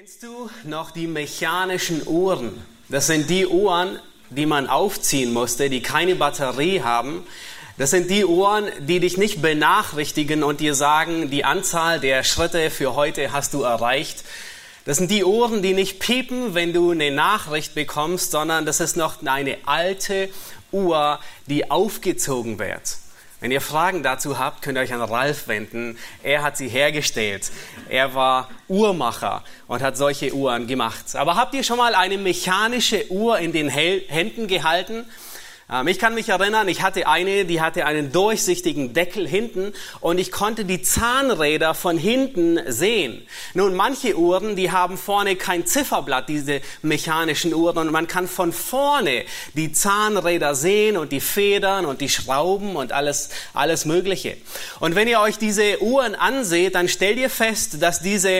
Kennst du noch die mechanischen Uhren? Das sind die Uhren, die man aufziehen musste, die keine Batterie haben. Das sind die Uhren, die dich nicht benachrichtigen und dir sagen, die Anzahl der Schritte für heute hast du erreicht. Das sind die Uhren, die nicht piepen, wenn du eine Nachricht bekommst, sondern das ist noch eine alte Uhr, die aufgezogen wird. Wenn ihr Fragen dazu habt, könnt ihr euch an Ralf wenden. Er hat sie hergestellt. Er war Uhrmacher und hat solche Uhren gemacht. Aber habt ihr schon mal eine mechanische Uhr in den Händen gehalten? Ich kann mich erinnern, ich hatte eine, die hatte einen durchsichtigen Deckel hinten und ich konnte die Zahnräder von hinten sehen. Nun, manche Uhren, die haben vorne kein Zifferblatt, diese mechanischen Uhren, und man kann von vorne die Zahnräder sehen und die Federn und die Schrauben und alles Mögliche. Und wenn ihr euch diese Uhren anseht, dann stellt ihr fest, dass diese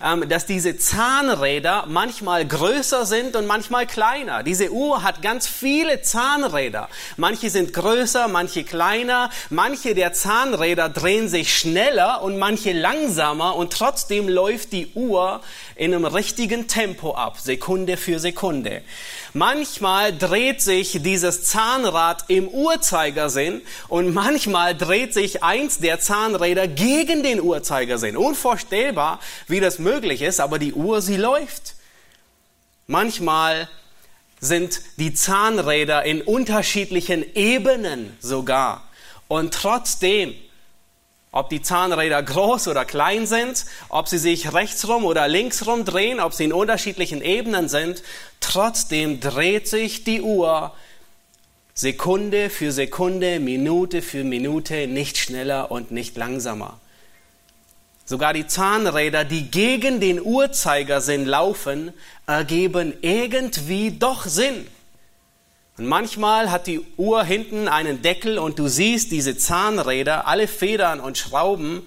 Zahnräder manchmal größer sind und manchmal kleiner. Diese Uhr hat ganz viele Zahnräder. Manche sind größer, manche kleiner, manche der Zahnräder drehen sich schneller und manche langsamer und trotzdem läuft die Uhr in einem richtigen Tempo ab, Sekunde für Sekunde. Manchmal dreht sich dieses Zahnrad im Uhrzeigersinn und manchmal dreht sich eins der Zahnräder gegen den Uhrzeigersinn. Unvorstellbar, wie das möglich ist, aber die Uhr, sie läuft. Manchmal sind die Zahnräder in unterschiedlichen Ebenen sogar. Und trotzdem, ob die Zahnräder groß oder klein sind, ob sie sich rechtsrum oder linksrum drehen, ob sie in unterschiedlichen Ebenen sind, trotzdem dreht sich die Uhr Sekunde für Sekunde, Minute für Minute, nicht schneller und nicht langsamer. Sogar die Zahnräder, die gegen den Uhrzeigersinn laufen, ergeben irgendwie doch Sinn. Und manchmal hat die Uhr hinten einen Deckel und du siehst diese Zahnräder, alle Federn und Schrauben.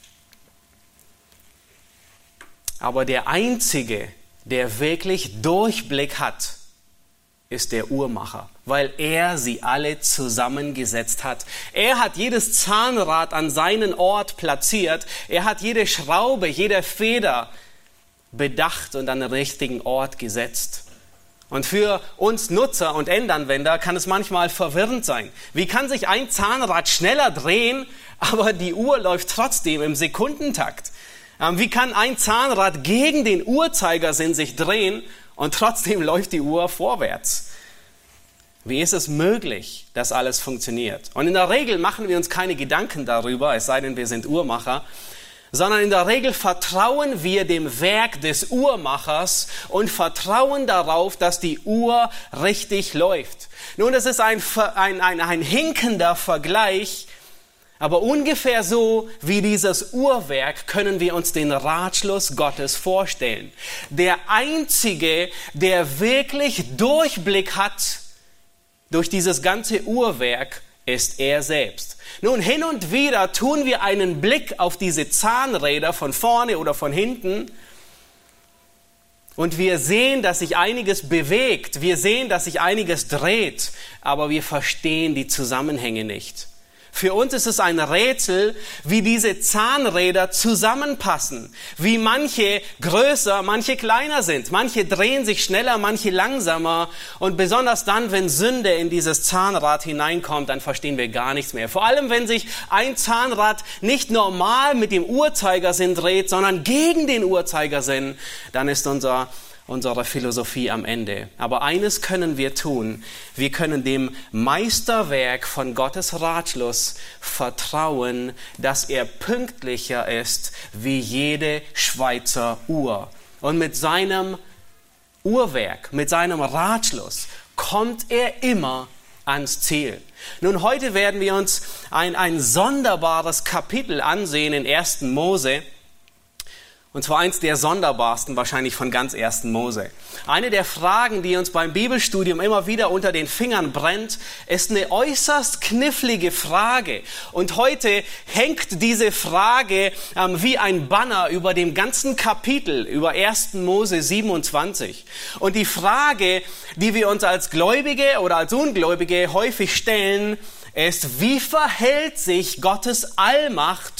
Aber der Einzige, der wirklich Durchblick hat, ist der Uhrmacher, weil er sie alle zusammengesetzt hat. Er hat jedes Zahnrad an seinen Ort platziert. Er hat jede Schraube, jede Feder bedacht und an den richtigen Ort gesetzt. Und für uns Nutzer und Endanwender kann es manchmal verwirrend sein. Wie kann sich ein Zahnrad schneller drehen, aber die Uhr läuft trotzdem im Sekundentakt? Wie kann ein Zahnrad gegen den Uhrzeigersinn sich drehen und trotzdem läuft die Uhr vorwärts? Wie ist es möglich, dass alles funktioniert? Und in der Regel machen wir uns keine Gedanken darüber, es sei denn, wir sind Uhrmacher, sondern in der Regel vertrauen wir dem Werk des Uhrmachers und vertrauen darauf, dass die Uhr richtig läuft. Nun, das ist ein hinkender Vergleich, aber ungefähr so wie dieses Uhrwerk können wir uns den Ratschluss Gottes vorstellen. Der Einzige, der wirklich Durchblick hat durch dieses ganze Uhrwerk, ist er selbst. Nun, hin und wieder tun wir einen Blick auf diese Zahnräder von vorne oder von hinten und wir sehen, dass sich einiges bewegt, wir sehen, dass sich einiges dreht, aber wir verstehen die Zusammenhänge nicht. Für uns ist es ein Rätsel, wie diese Zahnräder zusammenpassen, wie manche größer, manche kleiner sind. Manche drehen sich schneller, manche langsamer. Und besonders dann, wenn Sünde in dieses Zahnrad hineinkommt, dann verstehen wir gar nichts mehr. Vor allem, wenn sich ein Zahnrad nicht normal mit dem Uhrzeigersinn dreht, sondern gegen den Uhrzeigersinn, dann ist unsere Philosophie am Ende. Aber eines können wir tun. Wir können dem Meisterwerk von Gottes Ratschluss vertrauen, dass er pünktlicher ist wie jede Schweizer Uhr. Und mit seinem Uhrwerk, mit seinem Ratschluss kommt er immer ans Ziel. Nun, heute werden wir uns ein sonderbares Kapitel ansehen in 1. Mose. Und zwar eins der sonderbarsten wahrscheinlich von ganz 1. Mose. Eine der Fragen, die uns beim Bibelstudium immer wieder unter den Fingern brennt, ist eine äußerst knifflige Frage. Und heute hängt diese Frage wie ein Banner über dem ganzen Kapitel, über 1. Mose 27. Und die Frage, die wir uns als Gläubige oder als Ungläubige häufig stellen, ist, wie verhält sich Gottes Allmacht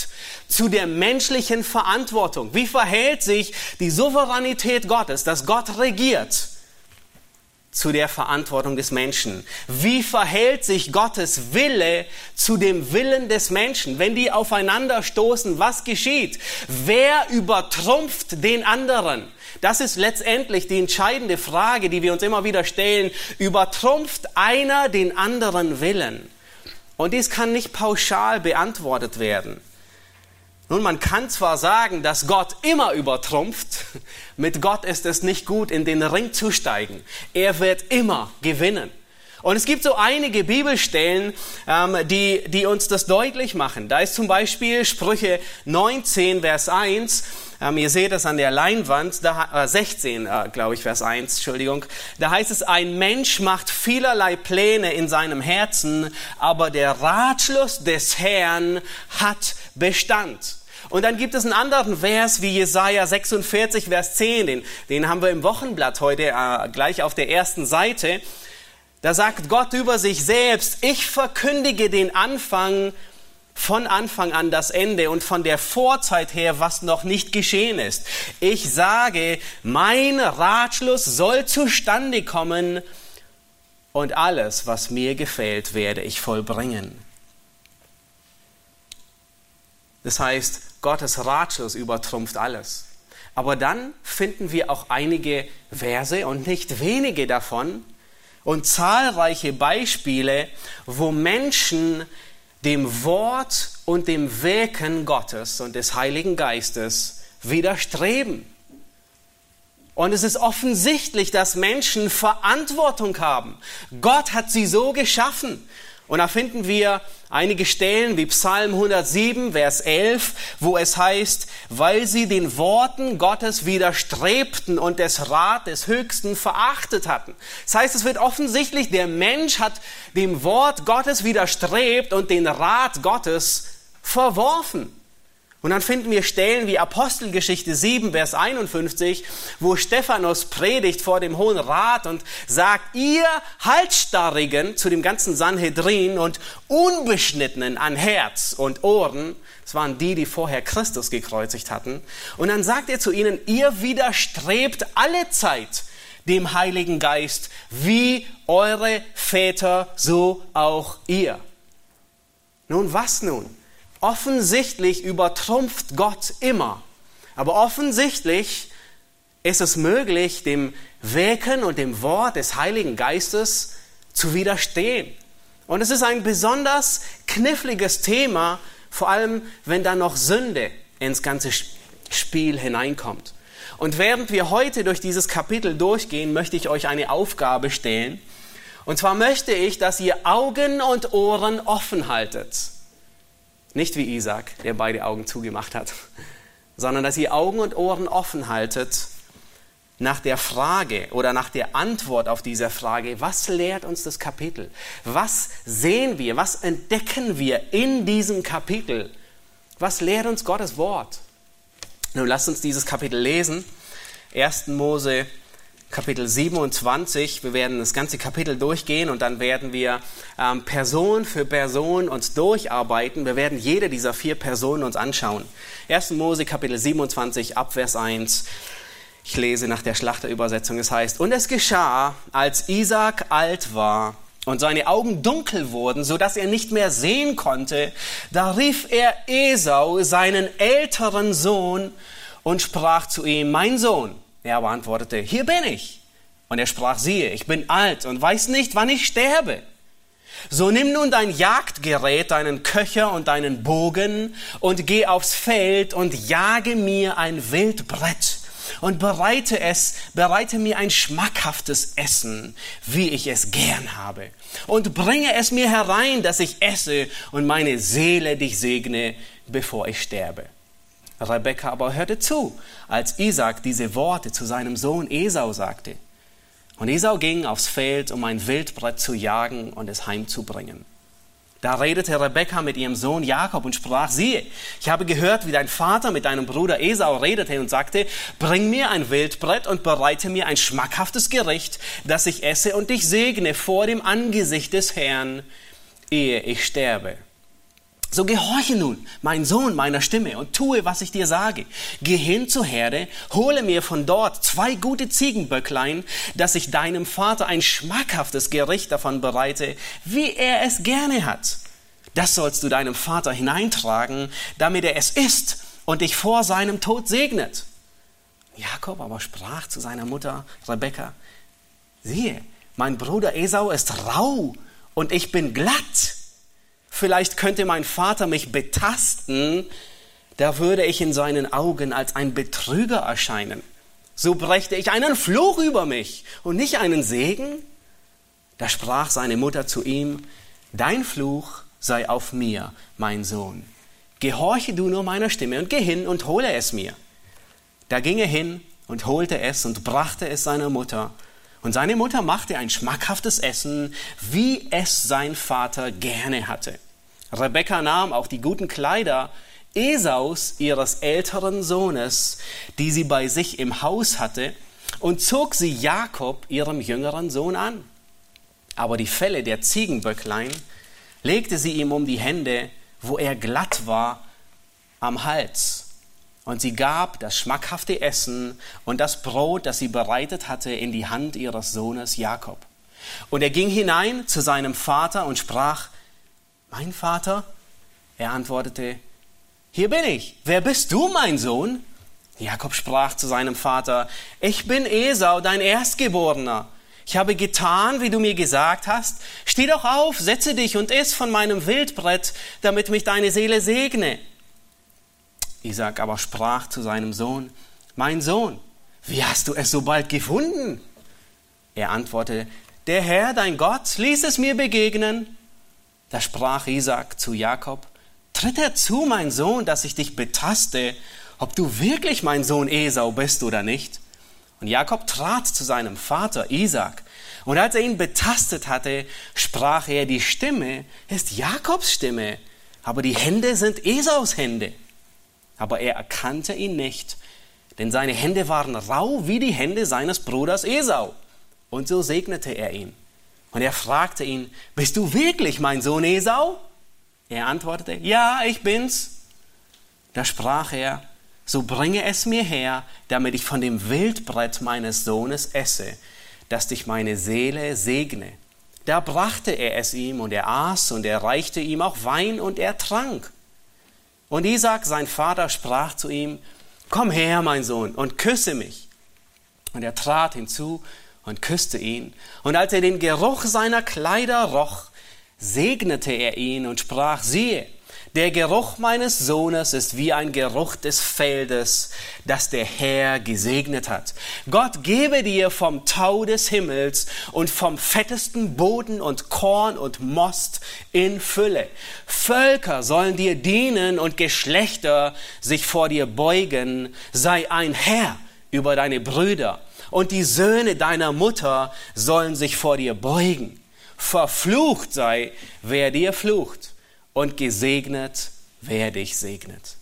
zu der menschlichen Verantwortung. Wie verhält sich die Souveränität Gottes, dass Gott regiert, zu der Verantwortung des Menschen? Wie verhält sich Gottes Wille zu dem Willen des Menschen? Wenn die aufeinander stoßen, was geschieht? Wer übertrumpft den anderen? Das ist letztendlich die entscheidende Frage, die wir uns immer wieder stellen. Übertrumpft einer den anderen Willen? Und dies kann nicht pauschal beantwortet werden. Nun, man kann zwar sagen, dass Gott immer übertrumpft, mit Gott ist es nicht gut, in den Ring zu steigen. Er wird immer gewinnen. Und es gibt so einige Bibelstellen, die uns das deutlich machen. Da ist zum Beispiel Sprüche 19, Vers 1. Ihr seht es an der Leinwand, 16, glaube ich, Vers 1, Entschuldigung. Da heißt es, ein Mensch macht vielerlei Pläne in seinem Herzen, aber der Ratschluss des Herrn hat Bestand. Und dann gibt es einen anderen Vers wie Jesaja 46, Vers 10, den haben wir im Wochenblatt heute gleich auf der ersten Seite. Da sagt Gott über sich selbst, ich verkündige den Anfang, von Anfang an das Ende und von der Vorzeit her, was noch nicht geschehen ist. Ich sage, mein Ratschluss soll zustande kommen und alles, was mir gefällt, werde ich vollbringen. Das heißt, Gottes Ratschluss übertrumpft alles. Aber dann finden wir auch einige Verse und nicht wenige davon und zahlreiche Beispiele, wo Menschen dem Wort und dem Wirken Gottes und des Heiligen Geistes widerstreben. Und es ist offensichtlich, dass Menschen Verantwortung haben. Gott hat sie so geschaffen. Und da finden wir einige Stellen wie Psalm 107, Vers 11, wo es heißt, weil sie den Worten Gottes widerstrebten und des Rat des Höchsten verachtet hatten. Das heißt, es wird offensichtlich, der Mensch hat dem Wort Gottes widerstrebt und den Rat Gottes verworfen. Und dann finden wir Stellen wie Apostelgeschichte 7, Vers 51, wo Stephanus predigt vor dem Hohen Rat und sagt, ihr Halsstarrigen zu dem ganzen Sanhedrin und Unbeschnittenen an Herz und Ohren, das waren die vorher Christus gekreuzigt hatten, und dann sagt er zu ihnen, ihr widerstrebt allezeit dem Heiligen Geist, wie eure Väter, so auch ihr. Nun, was nun? Offensichtlich übertrumpft Gott immer. Aber offensichtlich ist es möglich, dem Wirken und dem Wort des Heiligen Geistes zu widerstehen. Und es ist ein besonders kniffliges Thema, vor allem wenn da noch Sünde ins ganze Spiel hineinkommt. Und während wir heute durch dieses Kapitel durchgehen, möchte ich euch eine Aufgabe stellen. Und zwar möchte ich, dass ihr Augen und Ohren offen haltet. Nicht wie Isaac, der beide Augen zugemacht hat, sondern dass ihr Augen und Ohren offen haltet nach der Frage oder nach der Antwort auf diese Frage, was lehrt uns das Kapitel? Was sehen wir, was entdecken wir in diesem Kapitel? Was lehrt uns Gottes Wort? Nun lasst uns dieses Kapitel lesen, 1. Mose Kapitel 27, wir werden das ganze Kapitel durchgehen und dann werden wir Person für Person uns durcharbeiten. Wir werden jede dieser 4 Personen uns anschauen. 1. Mose Kapitel 27 ab Vers 1. Ich lese nach der Schlachterübersetzung. Es heißt, und es geschah, als Isaak alt war und seine Augen dunkel wurden, so dass er nicht mehr sehen konnte, da rief er Esau, seinen älteren Sohn, und sprach zu ihm, mein Sohn. Er aber antwortete, hier bin ich. Und er sprach, siehe, ich bin alt und weiß nicht, wann ich sterbe. So nimm nun dein Jagdgerät, deinen Köcher und deinen Bogen und geh aufs Feld und jage mir ein Wildbrett und bereite mir ein schmackhaftes Essen, wie ich es gern habe. Und bringe es mir herein, dass ich esse und meine Seele dich segne, bevor ich sterbe. Rebekka aber hörte zu, als Isaak diese Worte zu seinem Sohn Esau sagte. Und Esau ging aufs Feld, um ein Wildbrett zu jagen und es heimzubringen. Da redete Rebekka mit ihrem Sohn Jakob und sprach, siehe, ich habe gehört, wie dein Vater mit deinem Bruder Esau redete und sagte, bring mir ein Wildbrett und bereite mir ein schmackhaftes Gericht, das ich esse und dich segne vor dem Angesicht des Herrn, ehe ich sterbe. So gehorche nun, mein Sohn, meiner Stimme und tue, was ich dir sage. Geh hin zur Herde, hole mir von dort 2 gute Ziegenböcklein, dass ich deinem Vater ein schmackhaftes Gericht davon bereite, wie er es gerne hat. Das sollst du deinem Vater hineintragen, damit er es isst und dich vor seinem Tod segnet. Jakob aber sprach zu seiner Mutter Rebekka: Siehe, mein Bruder Esau ist rau und ich bin glatt. Vielleicht könnte mein Vater mich betasten, da würde ich in seinen Augen als ein Betrüger erscheinen. So brächte ich einen Fluch über mich und nicht einen Segen. Da sprach seine Mutter zu ihm: Dein Fluch sei auf mir, mein Sohn. Gehorche du nur meiner Stimme und geh hin und hole es mir. Da ging er hin und holte es und brachte es seiner Mutter. Und seine Mutter machte ein schmackhaftes Essen, wie es sein Vater gerne hatte. Rebekka nahm auch die guten Kleider Esaus, ihres älteren Sohnes, die sie bei sich im Haus hatte, und zog sie Jakob, ihrem jüngeren Sohn, an. Aber die Felle der Ziegenböcklein legte sie ihm um die Hände, wo er glatt war, am Hals. Und sie gab das schmackhafte Essen und das Brot, das sie bereitet hatte, in die Hand ihres Sohnes Jakob. Und er ging hinein zu seinem Vater und sprach: Mein Vater? Er antwortete: Hier bin ich. Wer bist du, mein Sohn? Jakob sprach zu seinem Vater: Ich bin Esau, dein Erstgeborener. Ich habe getan, wie du mir gesagt hast. Steh doch auf, setze dich und iss von meinem Wildbrett, damit mich deine Seele segne. Isaak aber sprach zu seinem Sohn: Mein Sohn, wie hast du es so bald gefunden? Er antwortete: Der Herr, dein Gott, ließ es mir begegnen. Da sprach Isaak zu Jakob: Tritt herzu, mein Sohn, dass ich dich betaste, ob du wirklich mein Sohn Esau bist oder nicht. Und Jakob trat zu seinem Vater Isaak. Und als er ihn betastet hatte, sprach er: Die Stimme ist Jakobs Stimme, aber die Hände sind Esaus Hände. Aber er erkannte ihn nicht, denn seine Hände waren rau wie die Hände seines Bruders Esau. Und so segnete er ihn. Und er fragte ihn: Bist du wirklich mein Sohn Esau? Er antwortete: Ja, ich bin's. Da sprach er: So bringe es mir her, damit ich von dem Wildbrett meines Sohnes esse, dass dich meine Seele segne. Da brachte er es ihm, und er aß, und er reichte ihm auch Wein, und er trank. Und Isaak, sein Vater, sprach zu ihm: Komm her, mein Sohn, und küsse mich. Und er trat hinzu und küsste ihn. Und als er den Geruch seiner Kleider roch, segnete er ihn und sprach: Siehe, der Geruch meines Sohnes ist wie ein Geruch des Feldes, das der Herr gesegnet hat. Gott gebe dir vom Tau des Himmels und vom fettesten Boden und Korn und Most in Fülle. Völker sollen dir dienen und Geschlechter sich vor dir beugen. Sei ein Herr über deine Brüder, und die Söhne deiner Mutter sollen sich vor dir beugen. Verflucht sei, wer dir flucht, und gesegnet, wer dich segnet.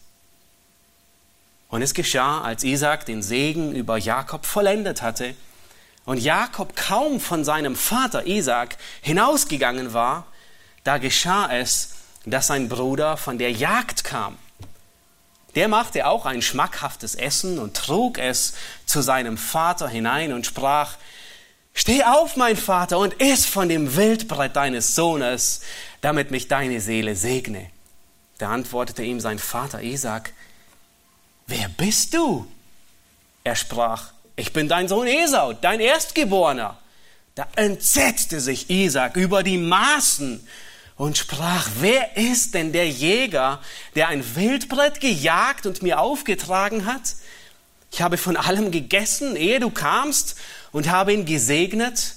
Und es geschah, als Isaak den Segen über Jakob vollendet hatte und Jakob kaum von seinem Vater Isaak hinausgegangen war, da geschah es, dass sein Bruder von der Jagd kam. Der machte auch ein schmackhaftes Essen und trug es zu seinem Vater hinein und sprach: Steh auf, mein Vater, und iss von dem Wildbrett deines Sohnes, damit mich deine Seele segne. Da antwortete ihm sein Vater Isaak: Wer bist du? Er sprach: Ich bin dein Sohn Esau, dein Erstgeborener. Da entsetzte sich Isaak über die Maßen und sprach: Wer ist denn der Jäger, der ein Wildbrett gejagt und mir aufgetragen hat? Ich habe von allem gegessen, ehe du kamst, und habe ihn gesegnet.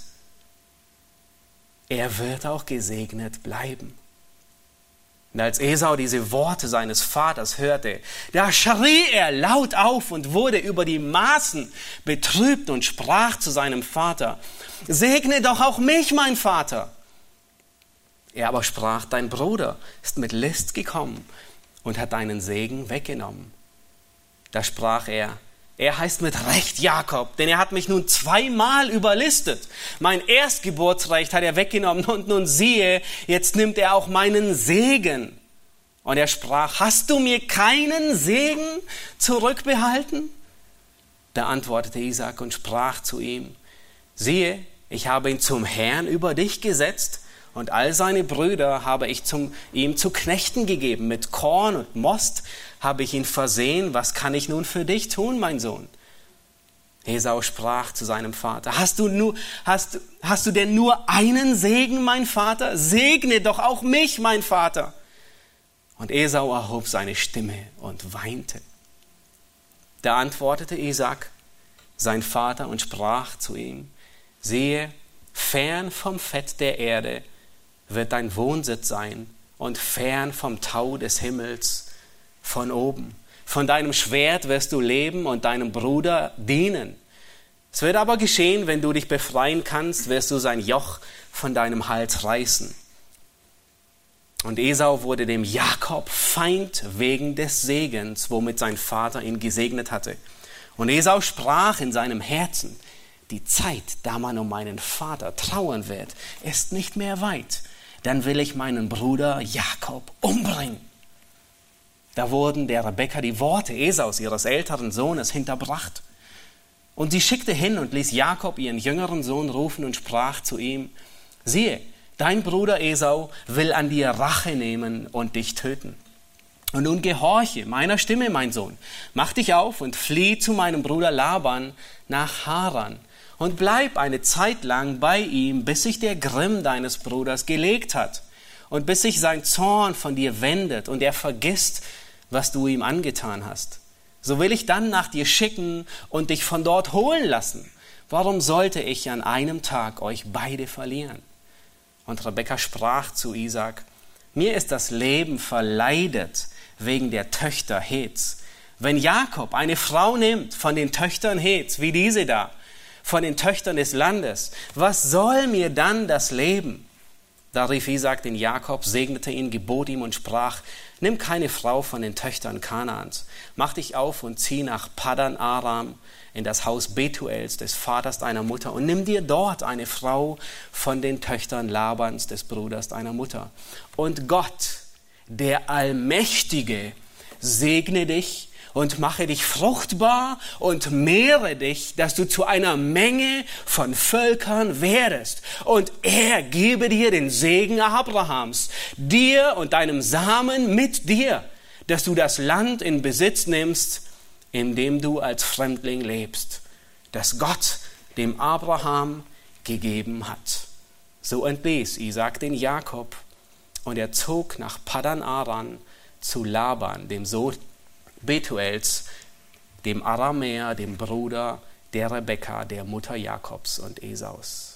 Er wird auch gesegnet bleiben. Und als Esau diese Worte seines Vaters hörte, da schrie er laut auf und wurde über die Maßen betrübt und sprach zu seinem Vater: Segne doch auch mich, mein Vater. Er aber sprach: Dein Bruder ist mit List gekommen und hat deinen Segen weggenommen. Da sprach er: Er heißt mit Recht Jakob, denn er hat mich nun 2-mal überlistet. Mein Erstgeburtsrecht hat er weggenommen, und nun siehe, jetzt nimmt er auch meinen Segen. Und er sprach, hast du mir keinen Segen zurückbehalten? Da antwortete Isaak und sprach zu ihm, siehe, ich habe ihn zum Herrn über dich gesetzt und all seine Brüder habe ich ihm zu Knechten gegeben. Mit Korn und Most habe ich ihn versehen. Was kann ich nun für dich tun, mein Sohn? Esau sprach zu seinem Vater, hast du denn nur einen Segen, mein Vater? Segne doch auch mich, mein Vater. Und Esau erhob seine Stimme und weinte. Da antwortete Isaak, sein Vater, und sprach zu ihm, siehe, fern vom Fett der Erde wird dein Wohnsitz sein und fern vom Tau des Himmels von oben. Von deinem Schwert wirst du leben und deinem Bruder dienen. Es wird aber geschehen, wenn du dich befreien kannst, wirst du sein Joch von deinem Hals reißen. Und Esau wurde dem Jakob Feind wegen des Segens, womit sein Vater ihn gesegnet hatte. Und Esau sprach in seinem Herzen, die Zeit, da man um meinen Vater trauern wird, ist nicht mehr weit. Dann will ich meinen Bruder Jakob umbringen. Da wurden der Rebekka die Worte Esaus, ihres älteren Sohnes, hinterbracht. Und sie schickte hin und ließ Jakob ihren jüngeren Sohn rufen und sprach zu ihm, siehe, dein Bruder Esau will an dir Rache nehmen und dich töten. Und nun gehorche meiner Stimme, mein Sohn. Mach dich auf und flieh zu meinem Bruder Laban nach Haran und bleib eine Zeit lang bei ihm, bis sich der Grimm deines Bruders gelegt hat und bis sich sein Zorn von dir wendet und er vergisst, was du ihm angetan hast. So will ich dann nach dir schicken und dich von dort holen lassen. Warum sollte ich an einem Tag euch beide verlieren? Und Rebekka sprach zu Isaak, mir ist das Leben verleidet wegen der Töchter Heths. Wenn Jakob eine Frau nimmt von den Töchtern Heths, wie diese da, von den Töchtern des Landes, was soll mir dann das Leben? Da rief Isaak den Jakob, segnete ihn, gebot ihm und sprach, nimm keine Frau von den Töchtern Kanaans, mach dich auf und zieh nach Paddan Aram in das Haus Betuels, des Vaters deiner Mutter, und nimm dir dort eine Frau von den Töchtern Labans, des Bruders deiner Mutter. Und Gott, der Allmächtige, segne dich und mache dich fruchtbar und mehre dich, dass du zu einer Menge von Völkern werdest. Und er gebe dir den Segen Abrahams, dir und deinem Samen mit dir, dass du das Land in Besitz nimmst, in dem du als Fremdling lebst, das Gott dem Abraham gegeben hat. So entließ Isaak den Jakob und er zog nach Paddan Aram zu Laban, dem Sohn Betuels, dem Aramäer, dem Bruder der Rebekka, der Mutter Jakobs und Esaus.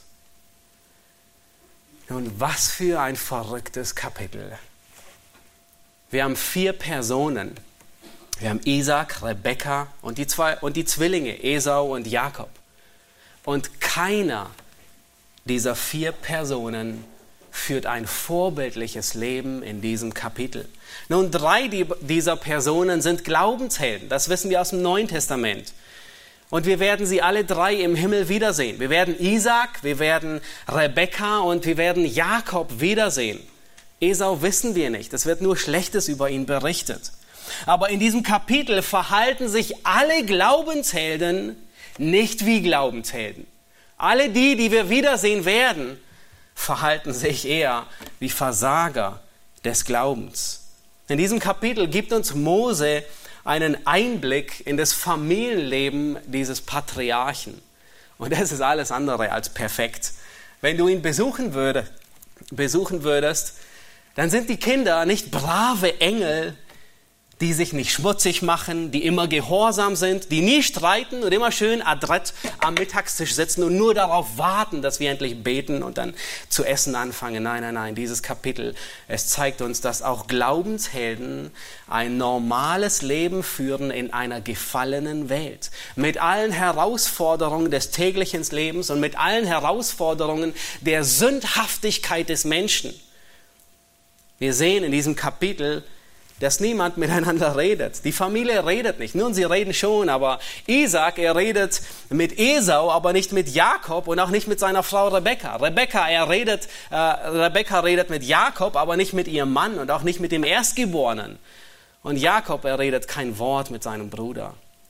Nun, was für ein verrücktes Kapitel. Wir haben 4 Personen. Wir haben Isaak, Rebekka und die Zwillinge, Esau und Jakob. Und keiner dieser 4 Personen führt ein vorbildliches Leben in diesem Kapitel. Nun, 3 dieser Personen sind Glaubenshelden. Das wissen wir aus dem Neuen Testament. Und wir werden sie alle 3 im Himmel wiedersehen. Wir werden Isaak, wir werden Rebekka und wir werden Jakob wiedersehen. Esau wissen wir nicht. Es wird nur Schlechtes über ihn berichtet. Aber in diesem Kapitel verhalten sich alle Glaubenshelden nicht wie Glaubenshelden. Alle die wir wiedersehen werden, verhalten sich eher wie Versager des Glaubens. In diesem Kapitel gibt uns Mose einen Einblick in das Familienleben dieses Patriarchen. Und das ist alles andere als perfekt. Wenn du ihn besuchen würdest, dann sind die Kinder nicht brave Engel, die sich nicht schmutzig machen, die immer gehorsam sind, die nie streiten und immer schön adrett am Mittagstisch sitzen und nur darauf warten, dass wir endlich beten und dann zu essen anfangen. Nein, dieses Kapitel, es zeigt uns, dass auch Glaubenshelden ein normales Leben führen in einer gefallenen Welt. Mit allen Herausforderungen des täglichen Lebens und mit allen Herausforderungen der Sündhaftigkeit des Menschen. Wir sehen in diesem Kapitel, dass niemand miteinander redet. Die Familie redet nicht. Nun, sie reden schon, aber Isaac, er redet mit Esau, aber nicht mit Jakob und auch nicht mit seiner Frau Rebekka. Rebekka redet mit Jakob, aber nicht mit ihrem Mann und auch nicht mit dem Erstgeborenen. Und Jakob, er redet kein Wort mit seinem Bruder.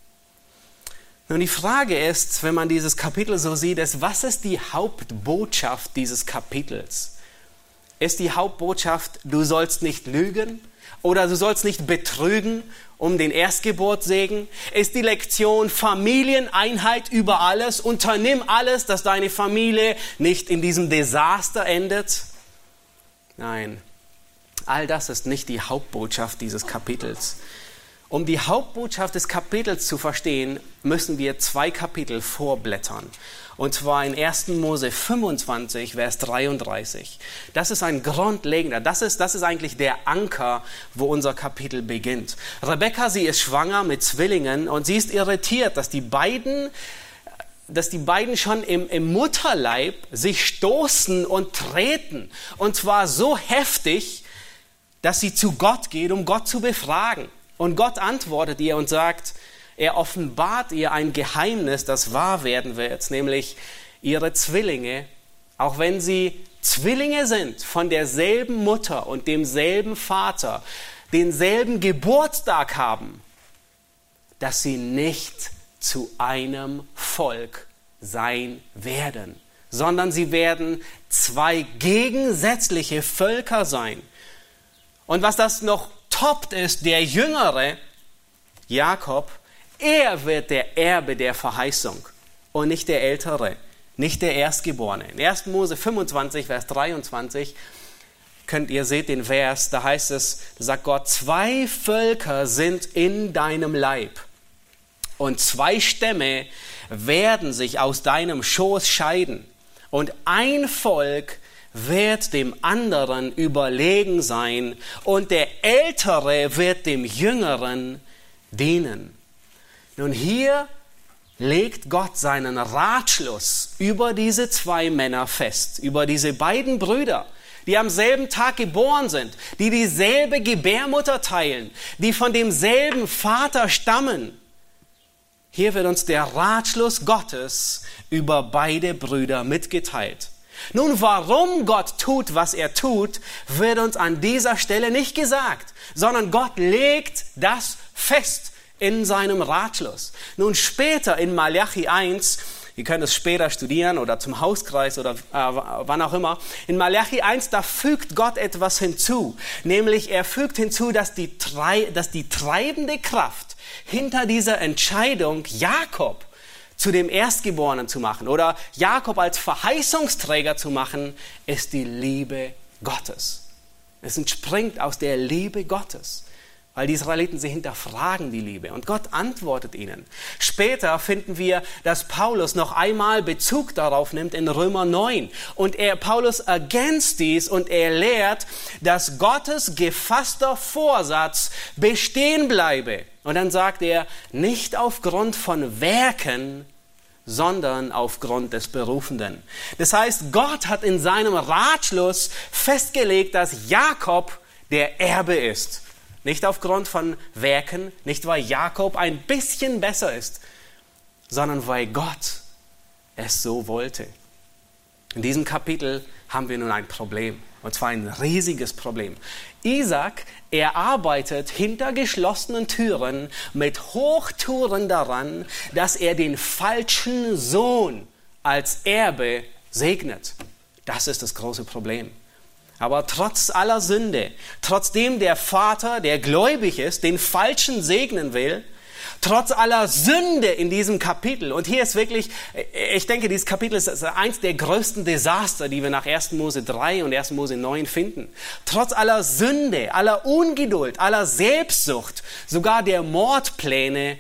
Nun, die Frage ist, wenn man dieses Kapitel so sieht, ist, was ist die Hauptbotschaft dieses Kapitels? Ist die Hauptbotschaft, du sollst nicht lügen? Oder du sollst nicht betrügen um den Erstgeburtssegen? Ist die Lektion Familieneinheit über alles? Unternimm alles, dass deine Familie nicht in diesem Desaster endet? Nein, all das ist nicht die Hauptbotschaft dieses Kapitels. Um die Hauptbotschaft des Kapitels zu verstehen, müssen wir 2 Kapitel vorblättern. Und zwar in 1. Mose 25, Vers 33. Das ist ein grundlegender, das ist eigentlich der Anker, wo unser Kapitel beginnt. Rebekka, sie ist schwanger mit Zwillingen und sie ist irritiert, dass die beiden schon im Mutterleib sich stoßen und treten. Und zwar so heftig, dass sie zu Gott geht, um Gott zu befragen. Und Gott antwortet ihr und sagt, er offenbart ihr ein Geheimnis, das wahr werden wird, nämlich ihre Zwillinge, auch wenn sie Zwillinge sind von derselben Mutter und demselben Vater, denselben Geburtstag haben, dass sie nicht zu einem Volk sein werden, sondern sie werden 2 gegensätzliche Völker sein. Und was das noch toppt ist, der Jüngere, Jakob, er wird der Erbe der Verheißung und nicht der Ältere, nicht der Erstgeborene. In 1. Mose 25, Vers 23 seht den Vers, da heißt es, da sagt Gott, 2 Völker sind in deinem Leib und 2 Stämme werden sich aus deinem Schoß scheiden und ein Volk wird dem anderen überlegen sein und der Ältere wird dem Jüngeren dienen. Nun, hier legt Gott seinen Ratschluss über diese 2 Männer fest, über diese beiden Brüder, die am selben Tag geboren sind, die dieselbe Gebärmutter teilen, die von demselben Vater stammen. Hier wird uns der Ratschluss Gottes über beide Brüder mitgeteilt. Nun, warum Gott tut, was er tut, wird uns an dieser Stelle nicht gesagt, sondern Gott legt das fest in seinem Ratschluss. Nun, später in Malachi 1, ihr könnt es später studieren oder zum Hauskreis oder wann auch immer, in Malachi 1, da fügt Gott etwas hinzu, nämlich er fügt hinzu, dass die treibende Kraft hinter dieser Entscheidung, Jakob zu dem Erstgeborenen zu machen oder Jakob als Verheißungsträger zu machen, ist die Liebe Gottes. Es entspringt aus der Liebe Gottes, weil die Israeliten, sie hinterfragen die Liebe und Gott antwortet ihnen. Später finden wir, dass Paulus noch einmal Bezug darauf nimmt in Römer 9 und Paulus ergänzt dies und er lehrt, dass Gottes gefasster Vorsatz bestehen bleibe. Und dann sagt er, nicht aufgrund von Werken, sondern aufgrund des Berufenden. Das heißt, Gott hat in seinem Ratschluss festgelegt, dass Jakob der Erbe ist. Nicht aufgrund von Werken, nicht weil Jakob ein bisschen besser ist, sondern weil Gott es so wollte. In diesem Kapitel haben wir nun ein Problem, und zwar ein riesiges Problem. Isaac, er arbeitet hinter geschlossenen Türen mit Hochtouren daran, dass er den falschen Sohn als Erbe segnet. Das ist das große Problem. Aber trotz aller Sünde, trotzdem der Vater, der gläubig ist, den Falschen segnen will, trotz aller Sünde in diesem Kapitel, und hier ist wirklich, ich denke, dieses Kapitel ist eins der größten Desaster, die wir nach 1. Mose 3 und 1. Mose 9 finden. Trotz aller Sünde, aller Ungeduld, aller Selbstsucht, sogar der Mordpläne,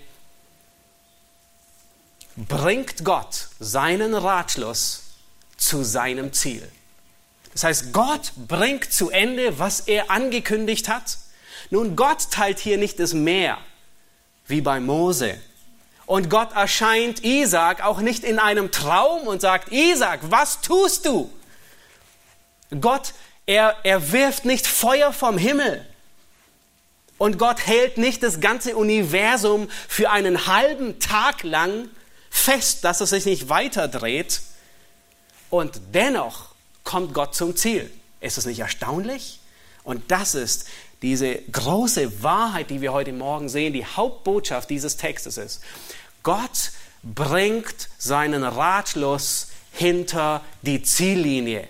bringt Gott seinen Ratschluss zu seinem Ziel. Das heißt, Gott bringt zu Ende, was er angekündigt hat. Nun, Gott teilt hier nicht das Meer, wie bei Mose. Und Gott erscheint Isaac auch nicht in einem Traum und sagt, Isaac, was tust du? Gott, er wirft nicht Feuer vom Himmel. Und Gott hält nicht das ganze Universum für einen halben Tag lang fest, dass es sich nicht weiter dreht. Und dennoch kommt Gott zum Ziel. Ist es nicht erstaunlich? Und das ist diese große Wahrheit, die wir heute Morgen sehen. Die Hauptbotschaft dieses Textes ist, Gott bringt seinen Ratschluss hinter die Ziellinie.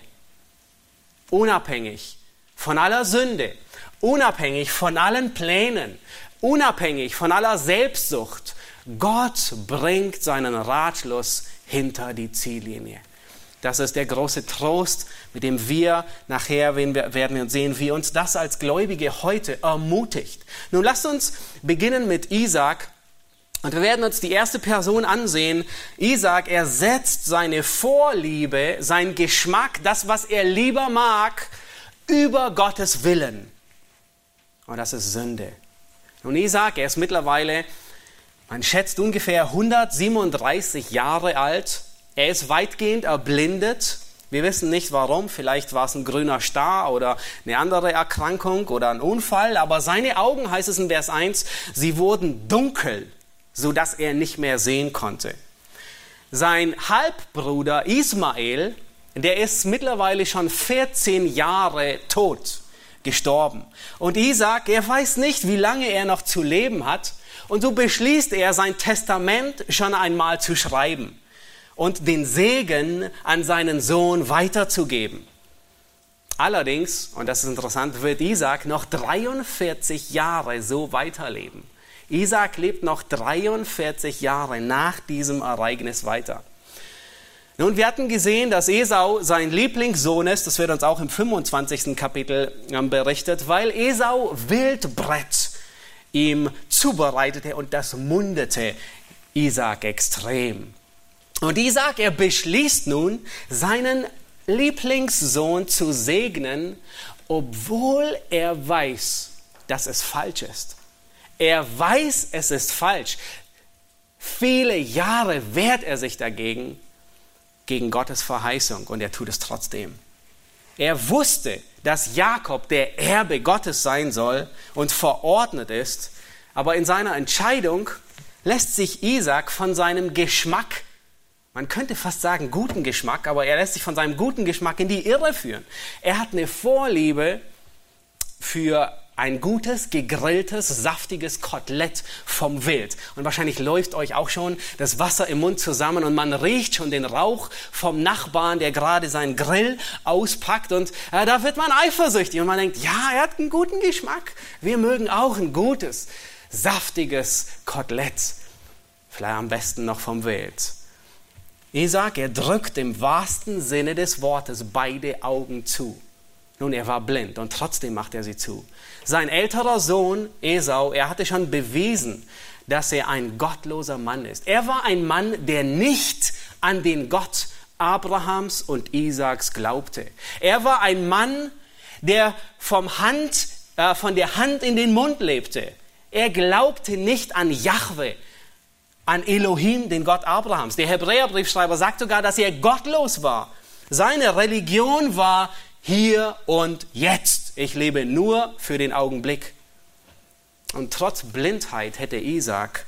Unabhängig von aller Sünde, unabhängig von allen Plänen, unabhängig von aller Selbstsucht. Gott bringt seinen Ratschluss hinter die Ziellinie. Das ist der große Trost, mit dem wir nachher werden wir sehen, wie uns das als Gläubige heute ermutigt. Nun lasst uns beginnen mit Isaak. Und wir werden uns die erste Person ansehen. Isaak, er setzt seine Vorliebe, seinen Geschmack, das, was er lieber mag, über Gottes Willen. Und das ist Sünde. Nun, Isaak, er ist mittlerweile, man schätzt ungefähr 137 Jahre alt. Er ist weitgehend erblindet. Wir wissen nicht warum. Vielleicht war es ein grüner Star oder eine andere Erkrankung oder ein Unfall. Aber seine Augen, heißt es in Vers 1, sie wurden dunkel, sodass er nicht mehr sehen konnte. Sein Halbbruder Ismael, der ist mittlerweile schon 14 Jahre tot, gestorben. Und Isaak, er weiß nicht, wie lange er noch zu leben hat. Und so beschließt er, sein Testament schon einmal zu schreiben und den Segen an seinen Sohn weiterzugeben. Allerdings, und das ist interessant, wird Isaak noch 43 Jahre so weiterleben. Isaak lebt noch 43 Jahre nach diesem Ereignis weiter. Nun, wir hatten gesehen, dass Esau sein Lieblingssohn ist. Das wird uns auch im 25. Kapitel berichtet, weil Esau Wildbret ihm zubereitete und das mundete Isaak extrem. Und Isaak, er beschließt nun, seinen Lieblingssohn zu segnen, obwohl er weiß, dass es falsch ist. Er weiß, es ist falsch. Viele Jahre wehrt er sich dagegen, gegen Gottes Verheißung, und er tut es trotzdem. Er wusste, dass Jakob der Erbe Gottes sein soll und verordnet ist, aber in seiner Entscheidung lässt sich Isaak von seinem Geschmack, man könnte fast sagen guten Geschmack, aber er lässt sich von seinem guten Geschmack in die Irre führen. Er hat eine Vorliebe für ein gutes, gegrilltes, saftiges Kotelett vom Wild. Und wahrscheinlich läuft euch auch schon das Wasser im Mund zusammen und man riecht schon den Rauch vom Nachbarn, der gerade seinen Grill auspackt. Und da wird man eifersüchtig und man denkt, ja, er hat einen guten Geschmack. Wir mögen auch ein gutes, saftiges Kotelett. Vielleicht am besten noch vom Wild. Isaak, er drückt im wahrsten Sinne des Wortes beide Augen zu. Nun, er war blind und trotzdem macht er sie zu. Sein älterer Sohn Esau, er hatte schon bewiesen, dass er ein gottloser Mann ist. Er war ein Mann, der nicht an den Gott Abrahams und Isaaks glaubte. Er war ein Mann, der von der Hand in den Mund lebte. Er glaubte nicht an Jahwe, an Elohim, den Gott Abrahams. Der Hebräerbriefschreiber sagt sogar, dass er gottlos war. Seine Religion war hier und jetzt. Ich lebe nur für den Augenblick. Und trotz Blindheit hätte Isaak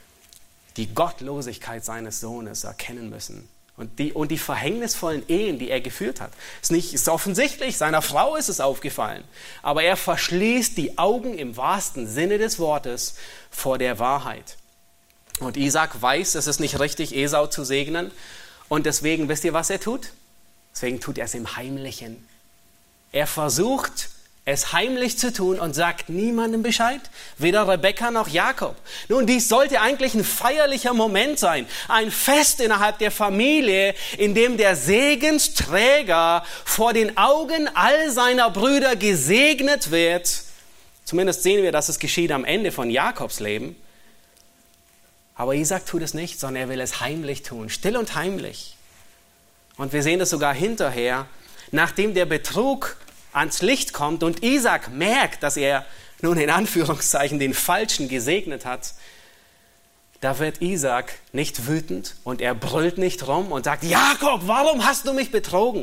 die Gottlosigkeit seines Sohnes erkennen müssen. Und die verhängnisvollen Ehen, die er geführt hat. Ist offensichtlich, seiner Frau ist es aufgefallen. Aber er verschließt die Augen im wahrsten Sinne des Wortes vor der Wahrheit. Und Isaak weiß, es ist nicht richtig, Esau zu segnen. Und deswegen, wisst ihr, was er tut? Deswegen tut er es im Heimlichen. Er versucht, es heimlich zu tun und sagt niemandem Bescheid, weder Rebekka noch Jakob. Nun, dies sollte eigentlich ein feierlicher Moment sein, ein Fest innerhalb der Familie, in dem der Segensträger vor den Augen all seiner Brüder gesegnet wird. Zumindest sehen wir, dass es geschieht am Ende von Jakobs Leben. Aber Isaak tut es nicht, sondern er will es heimlich tun, still und heimlich. Und wir sehen das sogar hinterher, nachdem der Betrug ans Licht kommt und Isaak merkt, dass er nun in Anführungszeichen den Falschen gesegnet hat, da wird Isaak nicht wütend und er brüllt nicht rum und sagt, Jakob, warum hast du mich betrogen?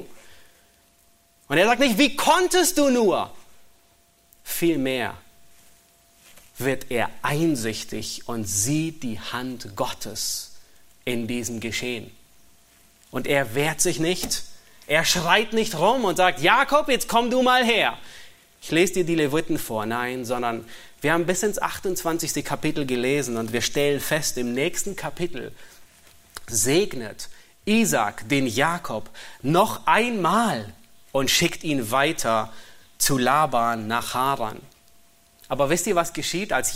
Und er sagt nicht, wie konntest du nur? Vielmehr, wird er einsichtig und sieht die Hand Gottes in diesem Geschehen. Und er wehrt sich nicht, er schreit nicht rum und sagt, Jakob, jetzt komm du mal her. Ich lese dir die Leviten vor. Nein, sondern wir haben bis ins 28. Kapitel gelesen und wir stellen fest, im nächsten Kapitel segnet Isaak den Jakob noch einmal und schickt ihn weiter zu Laban nach Haran. Aber wisst ihr, was geschieht, als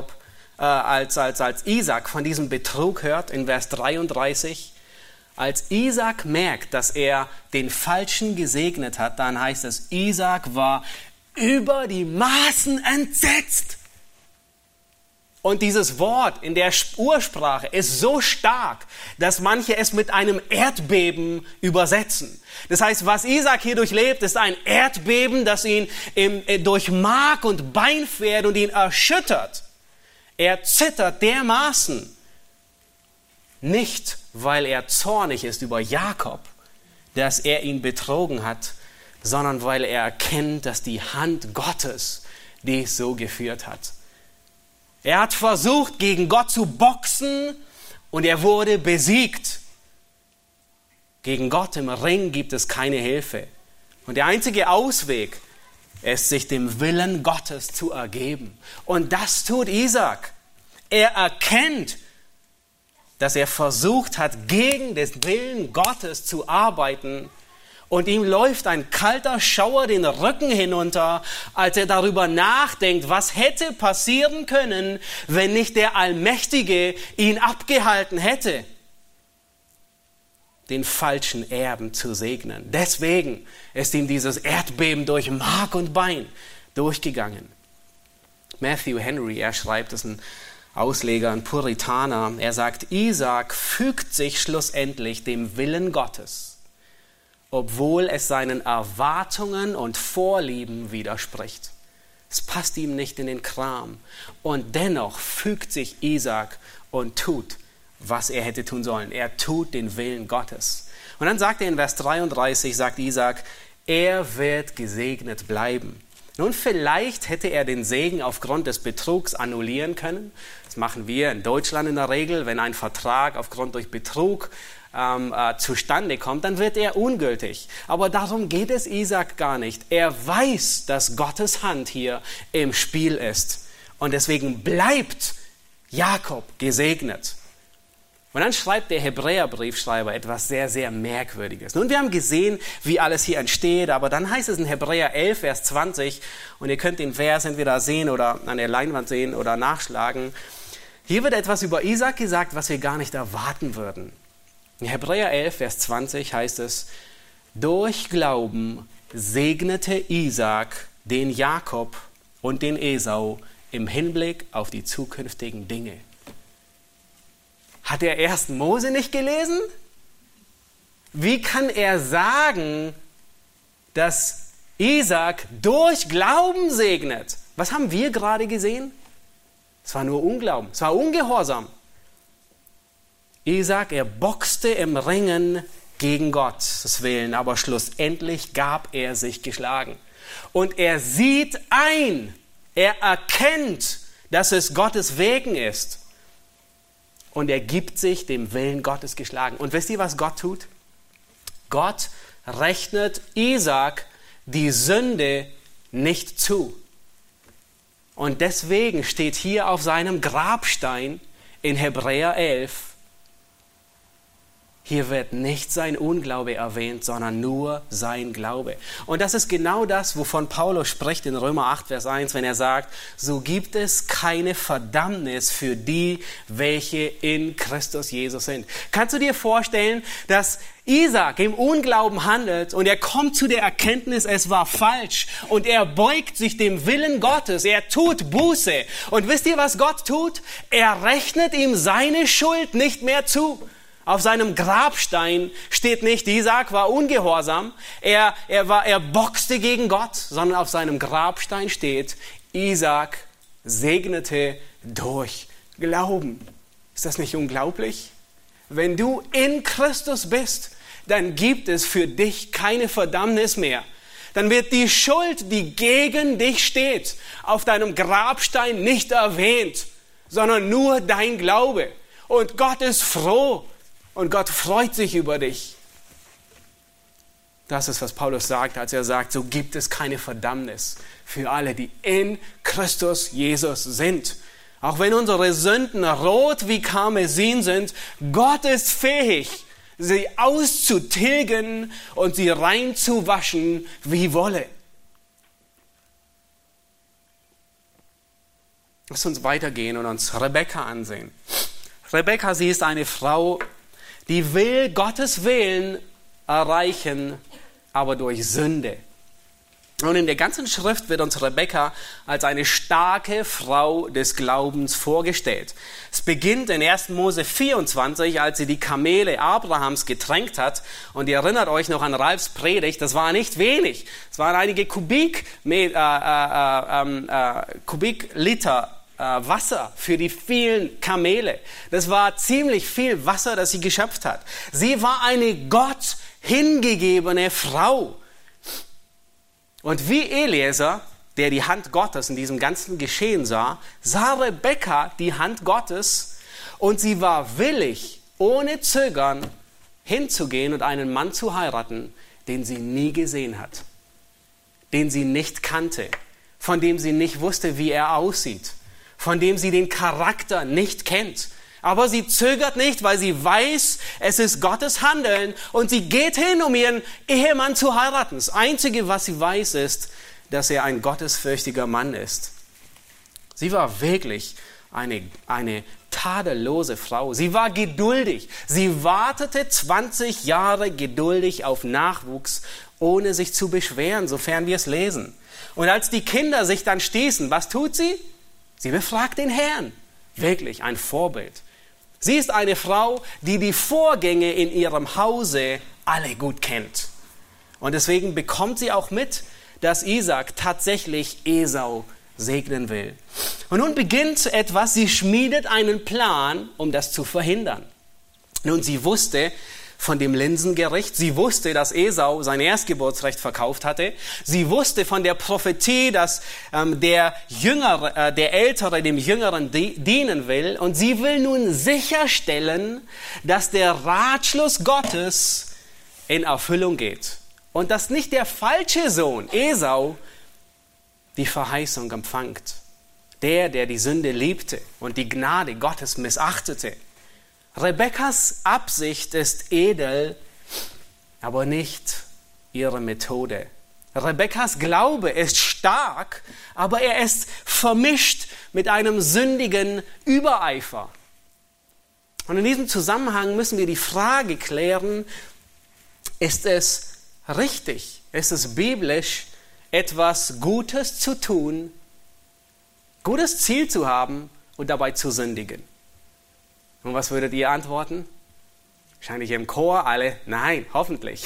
Isaak von diesem Betrug hört, in Vers 33? Als Isaak merkt, dass er den Falschen gesegnet hat, dann heißt es, Isaak war über die Maßen entsetzt. Und dieses Wort in der Ursprache ist so stark, dass manche es mit einem Erdbeben übersetzen. Das heißt, was Isaak hier durchlebt, ist ein Erdbeben, das ihn durch Mark und Bein fährt und ihn erschüttert. Er zittert dermaßen. Nicht, weil er zornig ist über Jakob, dass er ihn betrogen hat, sondern weil er erkennt, dass die Hand Gottes dies so geführt hat. Er hat versucht, gegen Gott zu boxen und er wurde besiegt. Gegen Gott im Ring gibt es keine Hilfe. Und der einzige Ausweg ist, sich dem Willen Gottes zu ergeben. Und das tut Isaak. Er erkennt, dass er versucht hat, gegen den Willen Gottes zu arbeiten. Und ihm läuft ein kalter Schauer den Rücken hinunter, als er darüber nachdenkt, was hätte passieren können, wenn nicht der Allmächtige ihn abgehalten hätte, den falschen Erben zu segnen. Deswegen ist ihm dieses Erdbeben durch Mark und Bein durchgegangen. Matthew Henry, er schreibt, das ist ein Ausleger, ein Puritaner, er sagt, Isaak fügt sich schlussendlich dem Willen Gottes, obwohl es seinen Erwartungen und Vorlieben widerspricht. Es passt ihm nicht in den Kram. Und dennoch fügt sich Isaak und tut, was er hätte tun sollen. Er tut den Willen Gottes. Und dann sagt er in Vers 33, sagt Isaak, er wird gesegnet bleiben. Nun, vielleicht hätte er den Segen aufgrund des Betrugs annullieren können. Das machen wir in Deutschland in der Regel, wenn ein Vertrag aufgrund durch Betrug zustande kommt, dann wird er ungültig. Aber darum geht es Isaak gar nicht. Er weiß, dass Gottes Hand hier im Spiel ist. Und deswegen bleibt Jakob gesegnet. Und dann schreibt der Hebräerbriefschreiber etwas sehr, sehr Merkwürdiges. Nun, wir haben gesehen, wie alles hier entsteht, aber dann heißt es in Hebräer 11, Vers 20, und ihr könnt den Vers entweder sehen oder an der Leinwand sehen oder nachschlagen. Hier wird etwas über Isaak gesagt, was wir gar nicht erwarten würden. In Hebräer 11, Vers 20 heißt es, durch Glauben segnete Isaak den Jakob und den Esau im Hinblick auf die zukünftigen Dinge. Hat er erst Mose nicht gelesen? Wie kann er sagen, dass Isaak durch Glauben segnet? Was haben wir gerade gesehen? Es war nur Unglauben, es war Ungehorsam. Isaak, er boxte im Ringen gegen Gottes Willen, aber schlussendlich gab er sich geschlagen. Und er sieht ein, er erkennt, dass es Gottes Wegen ist. Und er gibt sich dem Willen Gottes geschlagen. Und wisst ihr, was Gott tut? Gott rechnet Isaak die Sünde nicht zu. Und deswegen steht hier auf seinem Grabstein in Hebräer 11, hier wird nicht sein Unglaube erwähnt, sondern nur sein Glaube. Und das ist genau das, wovon Paulus spricht in Römer 8, Vers 1, wenn er sagt, so gibt es keine Verdammnis für die, welche in Christus Jesus sind. Kannst du dir vorstellen, dass Isaak im Unglauben handelt und er kommt zu der Erkenntnis, es war falsch und er beugt sich dem Willen Gottes, er tut Buße. Und wisst ihr, was Gott tut? Er rechnet ihm seine Schuld nicht mehr zu. Auf seinem Grabstein steht nicht, Isaak war ungehorsam, er boxte gegen Gott, sondern auf seinem Grabstein steht, Isaak segnete durch Glauben. Ist das nicht unglaublich? Wenn du in Christus bist, dann gibt es für dich keine Verdammnis mehr. dann wird die Schuld, die gegen dich steht, auf deinem Grabstein nicht erwähnt, sondern nur dein Glaube. Und Gott ist froh und Gott freut sich über dich. Das ist, was Paulus sagt, als er sagt, so gibt es keine Verdammnis für alle, die in Christus Jesus sind. Auch wenn unsere Sünden rot wie Karmesin sind, Gott ist fähig, sie auszutilgen und sie reinzuwaschen wie Wolle. Lass uns weitergehen und uns Rebekka ansehen. Rebekka, sie ist eine Frau, die will Gottes Willen erreichen, aber durch Sünde. Und in der ganzen Schrift wird uns Rebekka als eine starke Frau des Glaubens vorgestellt. Es beginnt in 1. Mose 24, als sie die Kamele Abrahams getränkt hat. Und ihr erinnert euch noch an Ralfs Predigt, das war nicht wenig. Es waren einige Kubikliter Wasser für die vielen Kamele. Das war ziemlich viel Wasser, das sie geschöpft hat. Sie war eine Gott hingegebene Frau. Und wie Eliezer, der die Hand Gottes in diesem ganzen Geschehen sah Rebekka die Hand Gottes und sie war willig, ohne Zögern, hinzugehen und einen Mann zu heiraten, den sie nie gesehen hat, den sie nicht kannte, von dem sie nicht wusste, wie er aussieht, von dem sie den Charakter nicht kennt. Aber sie zögert nicht, weil sie weiß, es ist Gottes Handeln und sie geht hin, um ihren Ehemann zu heiraten. Das Einzige, was sie weiß, ist, dass er ein gottesfürchtiger Mann ist. Sie war wirklich eine tadellose Frau. Sie war geduldig. Sie wartete 20 Jahre geduldig auf Nachwuchs, ohne sich zu beschweren, sofern wir es lesen. Und als die Kinder sich dann stießen, was tut sie? Sie befragt den Herrn. Wirklich ein Vorbild. Sie ist eine Frau, die die Vorgänge in ihrem Hause alle gut kennt. Und deswegen bekommt sie auch mit, dass Isaak tatsächlich Esau segnen will. Und nun beginnt etwas, sie schmiedet einen Plan, um das zu verhindern. Nun, sie wusste von dem Linsengericht, sie wusste, dass Esau sein Erstgeburtsrecht verkauft hatte, sie wusste von der Prophetie, dass der Ältere dem Jüngeren dienen will und sie will nun sicherstellen, dass der Ratschluss Gottes in Erfüllung geht und dass nicht der falsche Sohn, Esau, die Verheißung empfängt. Der die Sünde liebte und die Gnade Gottes missachtete. Rebekkas Absicht ist edel, aber nicht ihre Methode. Rebekkas Glaube ist stark, aber er ist vermischt mit einem sündigen Übereifer. Und in diesem Zusammenhang müssen wir die Frage klären, ist es richtig, ist es biblisch, etwas Gutes zu tun, gutes Ziel zu haben und dabei zu sündigen? Und was würdet ihr antworten? Wahrscheinlich im Chor alle, nein, hoffentlich.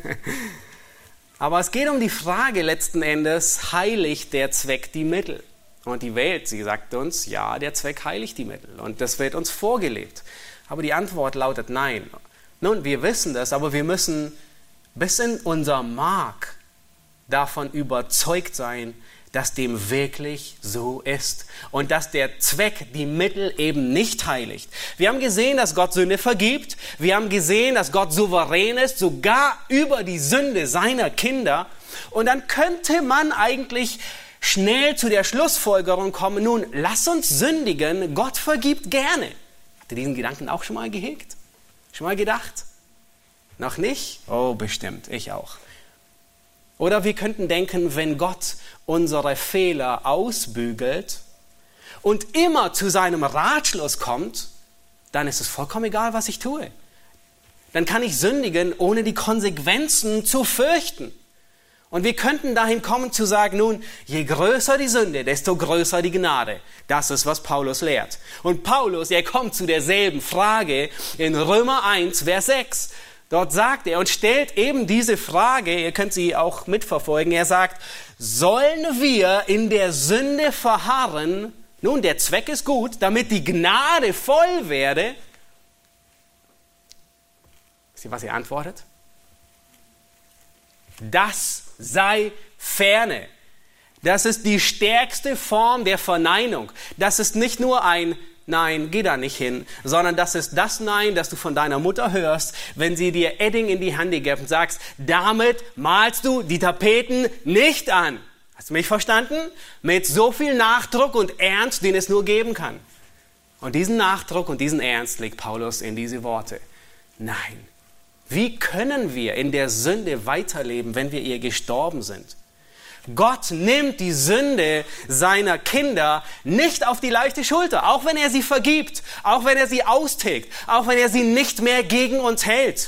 Aber es geht um die Frage letzten Endes, heiligt der Zweck die Mittel? Und die Welt, sie sagt uns, ja, der Zweck heiligt die Mittel. Und das wird uns vorgelebt. Aber die Antwort lautet nein. Nun, wir wissen das, aber wir müssen bis in unser Mark davon überzeugt sein, dass dem wirklich so ist und dass der Zweck die Mittel eben nicht heiligt. Wir haben gesehen, dass Gott Sünde vergibt. Wir haben gesehen, dass Gott souverän ist, sogar über die Sünde seiner Kinder. Und dann könnte man eigentlich schnell zu der Schlussfolgerung kommen, nun, lass uns sündigen, Gott vergibt gerne. Habt ihr diesen Gedanken auch schon mal gehegt? Schon mal gedacht? Noch nicht? Oh, bestimmt, ich auch. Oder wir könnten denken, wenn Gott unsere Fehler ausbügelt und immer zu seinem Ratschluss kommt, dann ist es vollkommen egal, was ich tue. Dann kann ich sündigen, ohne die Konsequenzen zu fürchten. Und wir könnten dahin kommen zu sagen, nun, je größer die Sünde, desto größer die Gnade. Das ist, was Paulus lehrt. Und Paulus, er kommt zu derselben Frage in Römer 1, Vers 6. Dort sagt er und stellt eben diese Frage, ihr könnt sie auch mitverfolgen, er sagt, sollen wir in der Sünde verharren? Nun, der Zweck ist gut, damit die Gnade voll werde. Wisst ihr, was er antwortet? Das sei ferne. Das ist die stärkste Form der Verneinung. Das ist nicht nur ein Nein, geh da nicht hin, sondern das ist das Nein, das du von deiner Mutter hörst, wenn sie dir Edding in die Hand gibt und sagst, damit malst du die Tapeten nicht an. Hast du mich verstanden? Mit so viel Nachdruck und Ernst, den es nur geben kann. Und diesen Nachdruck und diesen Ernst legt Paulus in diese Worte. Nein. Wie können wir in der Sünde weiterleben, wenn wir ihr gestorben sind? Gott nimmt die Sünde seiner Kinder nicht auf die leichte Schulter, auch wenn er sie vergibt, auch wenn er sie austilgt, auch wenn er sie nicht mehr gegen uns hält.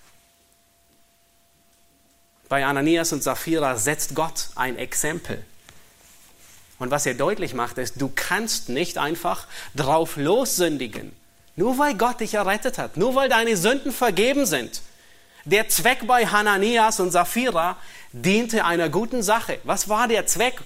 Bei Ananias und Sapphira setzt Gott ein Exempel. Und was er deutlich macht, ist, du kannst nicht einfach drauf lossündigen, nur weil Gott dich errettet hat, nur weil deine Sünden vergeben sind. Der Zweck bei Hananias und Sapphira diente einer guten Sache. Was war der Zweck?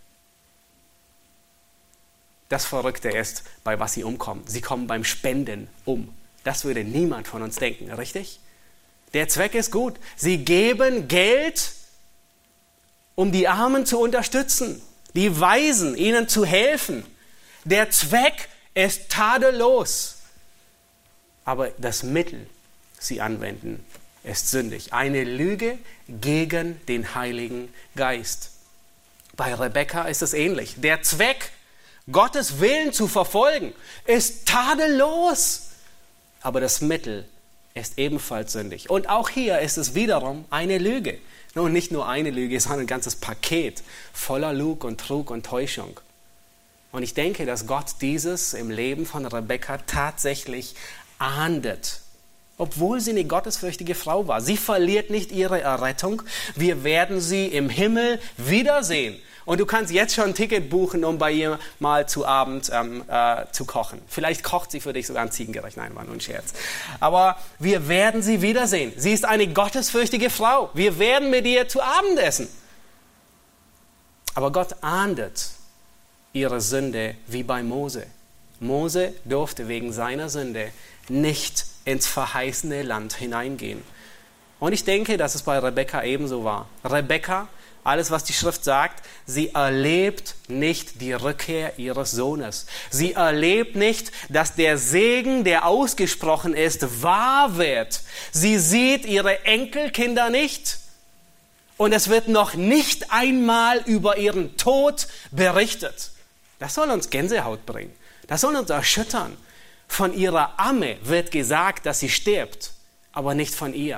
Das Verrückte ist, bei was sie umkommen. Sie kommen beim Spenden um. Das würde niemand von uns denken, richtig? Der Zweck ist gut. Sie geben Geld, um die Armen zu unterstützen, die Waisen, ihnen zu helfen. Der Zweck ist tadellos. Aber das Mittel, sie anwenden, ist sündig. Eine Lüge gegen den Heiligen Geist. Bei Rebekka ist es ähnlich. Der Zweck, Gottes Willen zu verfolgen, ist tadellos. Aber das Mittel ist ebenfalls sündig. Und auch hier ist es wiederum eine Lüge. Nun, nicht nur eine Lüge, sondern ein ganzes Paket voller Lug und Trug und Täuschung. Und ich denke, dass Gott dieses im Leben von Rebekka tatsächlich ahndet. Obwohl sie eine gottesfürchtige Frau war. Sie verliert nicht ihre Errettung. Wir werden sie im Himmel wiedersehen. Und du kannst jetzt schon ein Ticket buchen, um bei ihr mal zu Abend zu kochen. Vielleicht kocht sie für dich sogar ein Ziegengericht. Nein, war nur ein Scherz. Aber wir werden sie wiedersehen. Sie ist eine gottesfürchtige Frau. Wir werden mit ihr zu Abend essen. Aber Gott ahndet ihre Sünde wie bei Mose. Mose durfte wegen seiner Sünde nicht ins verheißene Land hineingehen. Und ich denke, dass es bei Rebekka ebenso war. Rebekka, alles was die Schrift sagt, sie erlebt nicht die Rückkehr ihres Sohnes. Sie erlebt nicht, dass der Segen, der ausgesprochen ist, wahr wird. Sie sieht ihre Enkelkinder nicht. Und es wird noch nicht einmal über ihren Tod berichtet. Das soll uns Gänsehaut bringen. Das soll uns erschüttern. Von ihrer Amme wird gesagt, dass sie stirbt, aber nicht von ihr.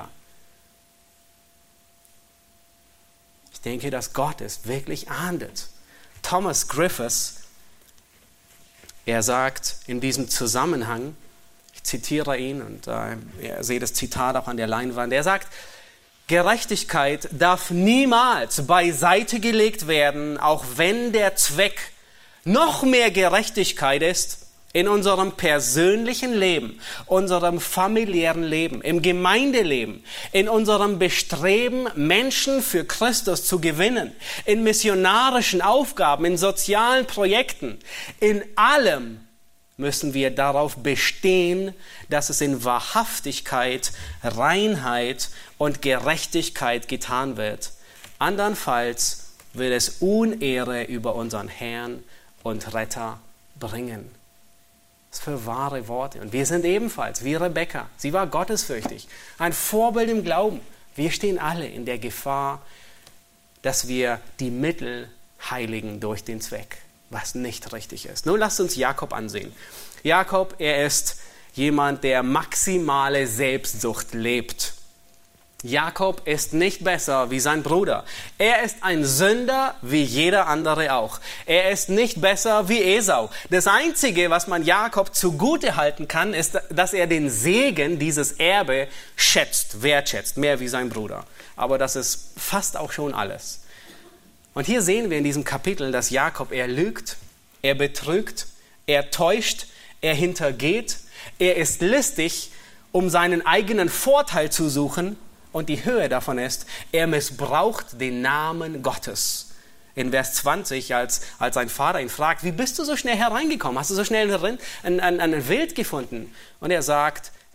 Ich denke, dass Gott es wirklich ahndet. Thomas Griffiths, er sagt in diesem Zusammenhang, ich zitiere ihn und ihr seht das Zitat auch an der Leinwand, er sagt, Gerechtigkeit darf niemals beiseite gelegt werden, auch wenn der Zweck noch mehr Gerechtigkeit ist, in unserem persönlichen Leben, unserem familiären Leben, im Gemeindeleben, in unserem Bestreben, Menschen für Christus zu gewinnen, in missionarischen Aufgaben, in sozialen Projekten. In allem müssen wir darauf bestehen, dass es in Wahrhaftigkeit, Reinheit und Gerechtigkeit getan wird. Andernfalls wird es Unehre über unseren Herrn und Retter bringen. Das für wahre Worte. Und wir sind ebenfalls, wie Rebekka. Sie war gottesfürchtig. Ein Vorbild im Glauben. Wir stehen alle in der Gefahr, dass wir die Mittel heiligen durch den Zweck, was nicht richtig ist. Nun lasst uns Jakob ansehen. Jakob, er ist jemand, der maximale Selbstsucht lebt. Jakob ist nicht besser wie sein Bruder. Er ist ein Sünder wie jeder andere auch. Er ist nicht besser wie Esau. Das Einzige, was man Jakob zugute halten kann, ist, dass er den Segen, dieses Erbe, schätzt, wertschätzt, mehr wie sein Bruder. Aber das ist fast auch schon alles. Und hier sehen wir in diesem Kapitel, dass Jakob, er lügt, er betrügt, er täuscht, er hintergeht, er ist listig, um seinen eigenen Vorteil zu suchen. Und die Höhe davon ist, er missbraucht den Namen Gottes. In Vers 20, als sein Vater ihn fragt, wie bist du so schnell hereingekommen? Hast du so schnell ein Wild gefunden? Und er sagt,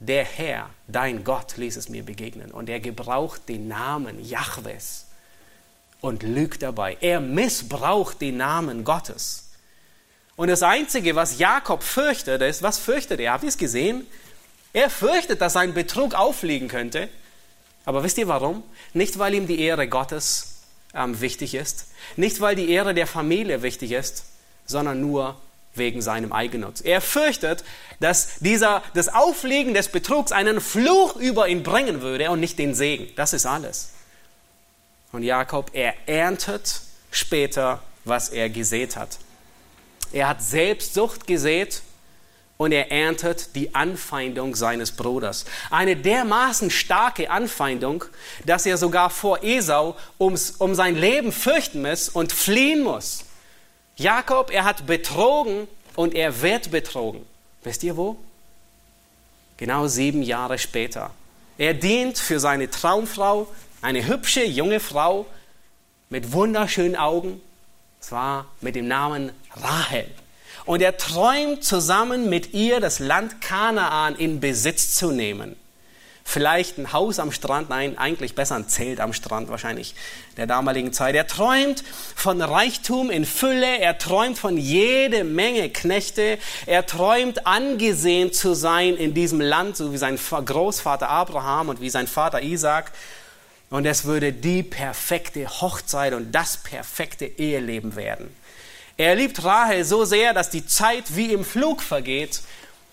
der Herr, dein Gott, ließ es mir begegnen. Und er gebraucht den Namen Jahwes und lügt dabei. Er missbraucht den Namen Gottes. Und das Einzige, was Jakob fürchtet, ist, was fürchtet er? Habt ihr es gesehen? Er fürchtet, dass sein Betrug auffliegen könnte. Aber wisst ihr warum? Nicht, weil ihm die Ehre Gottes wichtig ist, nicht, weil die Ehre der Familie wichtig ist, sondern nur wegen seinem Eigennutz. Er fürchtet, dass das Auffliegen des Betrugs einen Fluch über ihn bringen würde und nicht den Segen. Das ist alles. Und Jakob, er erntet später, was er gesät hat. Er hat Selbstsucht gesät und er erntet die Anfeindung seines Bruders. Eine dermaßen starke Anfeindung, dass er sogar vor Esau um sein Leben fürchten muss und fliehen muss. Jakob, er hat betrogen und er wird betrogen. Wisst ihr wo? Genau 7 Jahre später. Er dient für seine Traumfrau, eine hübsche junge Frau mit wunderschönen Augen. Zwar mit dem Namen Rahel. Und er träumt zusammen mit ihr, das Land Kanaan in Besitz zu nehmen. Vielleicht ein Haus am Strand, nein, eigentlich besser ein Zelt am Strand wahrscheinlich der damaligen Zeit. Er träumt von Reichtum in Fülle, er träumt von jede Menge Knechte, er träumt angesehen zu sein in diesem Land, so wie sein Großvater Abraham und wie sein Vater Isaac. Und es würde die perfekte Hochzeit und das perfekte Eheleben werden. Er liebt Rahel so sehr, dass die Zeit wie im Flug vergeht.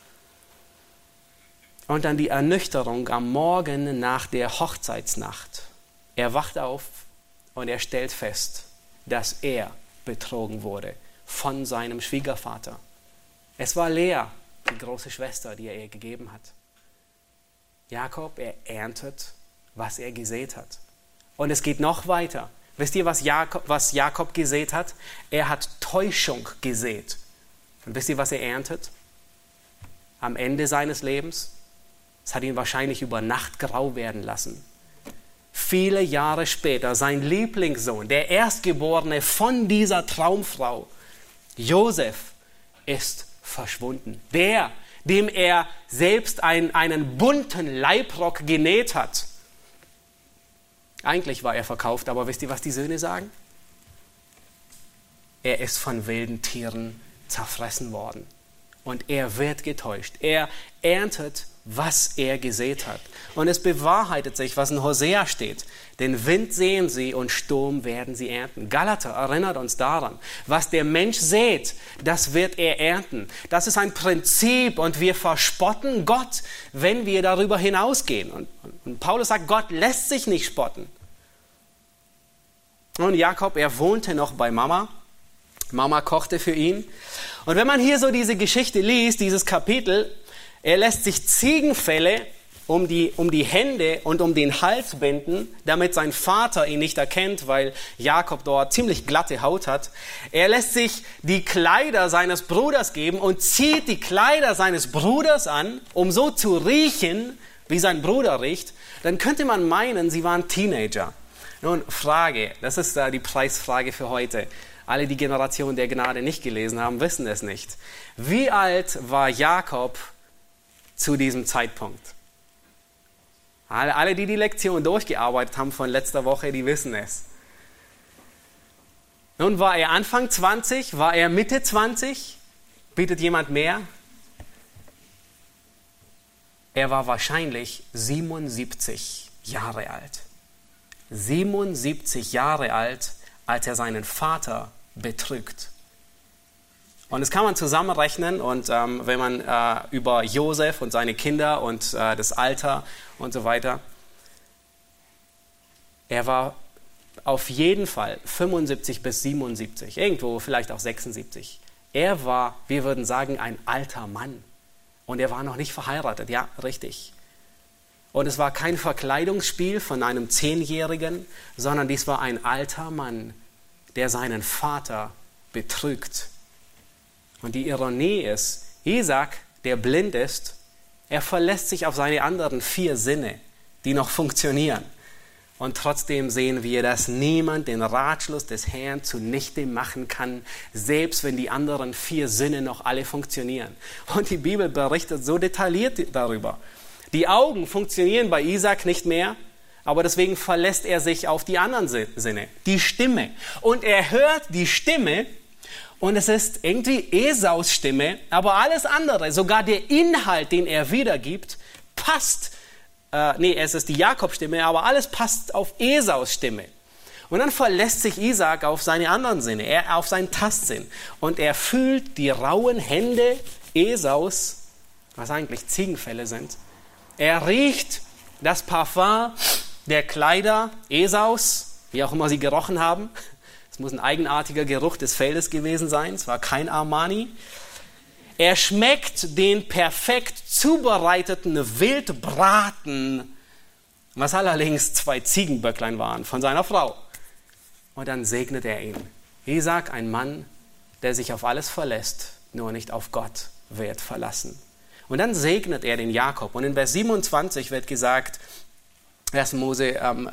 Und dann die Ernüchterung am Morgen nach der Hochzeitsnacht. Er wacht auf und er stellt fest, dass er betrogen wurde von seinem Schwiegervater. Es war Lea, die große Schwester, die er ihr gegeben hat. Jakob, er erntet, was er gesät hat. Und es geht noch weiter. Wisst ihr, was Jakob gesät hat? Er hat Täuschung gesät. Und wisst ihr, was er erntet? Am Ende seines Lebens? Es hat ihn wahrscheinlich über Nacht grau werden lassen. Viele Jahre später, sein Lieblingssohn, der Erstgeborene von dieser Traumfrau, Josef, ist verschwunden. Der, dem er selbst einen bunten Leibrock genäht hat. Eigentlich war er verkauft, aber wisst ihr, was die Söhne sagen? Er ist von wilden Tieren zerfressen worden. Und er wird getäuscht. Er erntet, was er gesät hat. Und es bewahrheitet sich, was in Hosea steht. Den Wind sehen sie und Sturm werden sie ernten. Galater erinnert uns daran. Was der Mensch sät, das wird er ernten. Das ist ein Prinzip und wir verspotten Gott, wenn wir darüber hinausgehen. Und Paulus sagt, Gott lässt sich nicht spotten. Und Jakob, er wohnte noch bei Mama. Mama kochte für ihn. Und wenn man hier so diese Geschichte liest, dieses Kapitel, er lässt sich Ziegenfelle um die Hände und um den Hals binden, damit sein Vater ihn nicht erkennt, weil Jakob dort ziemlich glatte Haut hat. Er lässt sich die Kleider seines Bruders geben und zieht die Kleider seines Bruders an, um so zu riechen, wie sein Bruder riecht. Dann könnte man meinen, sie waren Teenager. Nun, Frage, das ist da die Preisfrage für heute. Alle, die Generation der Gnade nicht gelesen haben, wissen es nicht. Wie alt war Jakob zu diesem Zeitpunkt? Alle, die die Lektion durchgearbeitet haben von letzter Woche, die wissen es. Nun, war er Anfang 20? War er Mitte 20? Bietet jemand mehr? Er war wahrscheinlich 77 Jahre alt. 77 Jahre alt, als er seinen Vater betrügt. Und das kann man zusammenrechnen und wenn man über Josef und seine Kinder und das Alter und so weiter, er war auf jeden Fall 75 bis 77, irgendwo vielleicht auch 76. Er war, wir würden sagen, ein alter Mann und er war noch nicht verheiratet, ja, richtig. Und es war kein Verkleidungsspiel von einem 10-Jährigen, sondern dies war ein alter Mann, der seinen Vater betrügt. Und die Ironie ist, Isaac, der blind ist, er verlässt sich auf seine anderen 4 Sinne, die noch funktionieren. Und trotzdem sehen wir, dass niemand den Ratschluss des Herrn zunichte machen kann, selbst wenn die anderen 4 Sinne noch alle funktionieren. Und die Bibel berichtet so detailliert darüber, Die Augen funktionieren bei Isaak nicht mehr, aber deswegen verlässt er sich auf die anderen Sinne, die Stimme. Und er hört die Stimme und es ist irgendwie Esaus Stimme, aber alles andere, sogar der Inhalt, den er wiedergibt, passt. Es ist die Jakob-Stimme, aber alles passt auf Esaus Stimme. Und dann verlässt sich Isaak auf seine anderen Sinne, auf seinen Tastsinn. Und er fühlt die rauen Hände Esaus, was eigentlich Ziegenfelle sind. Er riecht das Parfum der Kleider Esaus, wie auch immer sie gerochen haben. Es muss ein eigenartiger Geruch des Feldes gewesen sein, es war kein Armani. Er schmeckt den perfekt zubereiteten Wildbraten, was allerdings 2 Ziegenböcklein waren von seiner Frau. Und dann segnet er ihn. Isaak, ein Mann, der sich auf alles verlässt, nur nicht auf Gott wird verlassen. Und dann segnet er den Jakob. Und in Vers 27 wird gesagt, 1. Mose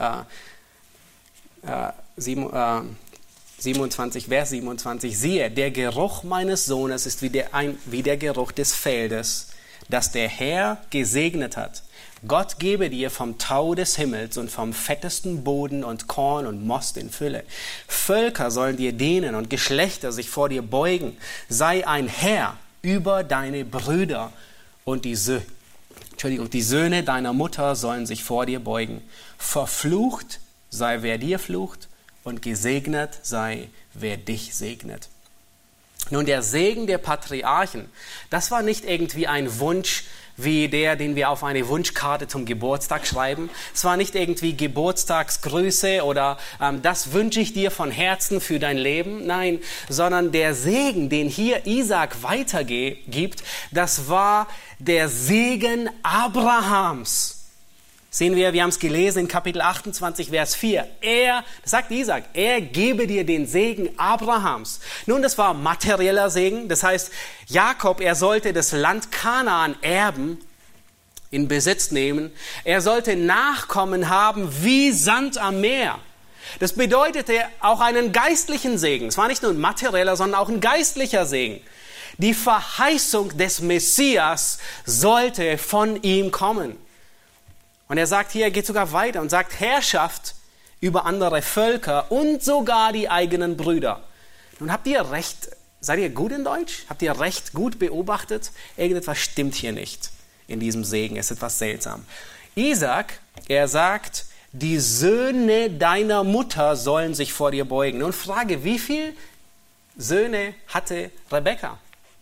27, Vers 27, siehe, der Geruch meines Sohnes ist wie der Geruch des Feldes, das der Herr gesegnet hat. Gott gebe dir vom Tau des Himmels und vom fettesten Boden und Korn und Most in Fülle. Völker sollen dir dienen und Geschlechter sich vor dir beugen. Sei ein Herr über deine Brüder und die Söhne deiner Mutter sollen sich vor dir beugen. Verflucht sei, wer dir flucht, und gesegnet sei, wer dich segnet. Nun, der Segen der Patriarchen, das war nicht irgendwie ein Wunsch wie der, den wir auf eine Wunschkarte zum Geburtstag schreiben. Es war nicht irgendwie Geburtstagsgrüße oder das wünsche ich dir von Herzen für dein Leben. Nein, sondern der Segen, den hier Isaak weitergibt, das war der Segen Abrahams. Sehen wir haben es gelesen in Kapitel 28, Vers 4. Das sagt Isaak, er gebe dir den Segen Abrahams. Nun, das war materieller Segen. Das heißt, Jakob, er sollte das Land Kanaan erben, in Besitz nehmen. Er sollte Nachkommen haben wie Sand am Meer. Das bedeutete auch einen geistlichen Segen. Es war nicht nur ein materieller, sondern auch ein geistlicher Segen. Die Verheißung des Messias sollte von ihm kommen. Und er sagt hier, er geht sogar weiter und sagt Herrschaft über andere Völker und sogar die eigenen Brüder. Nun habt ihr recht, seid ihr gut in Deutsch? Habt ihr recht gut beobachtet? Irgendetwas stimmt hier nicht in diesem Segen, es ist etwas seltsam. Isaak, er sagt, die Söhne deiner Mutter sollen sich vor dir beugen. Nun frage, wie viele Söhne hatte Rebekka?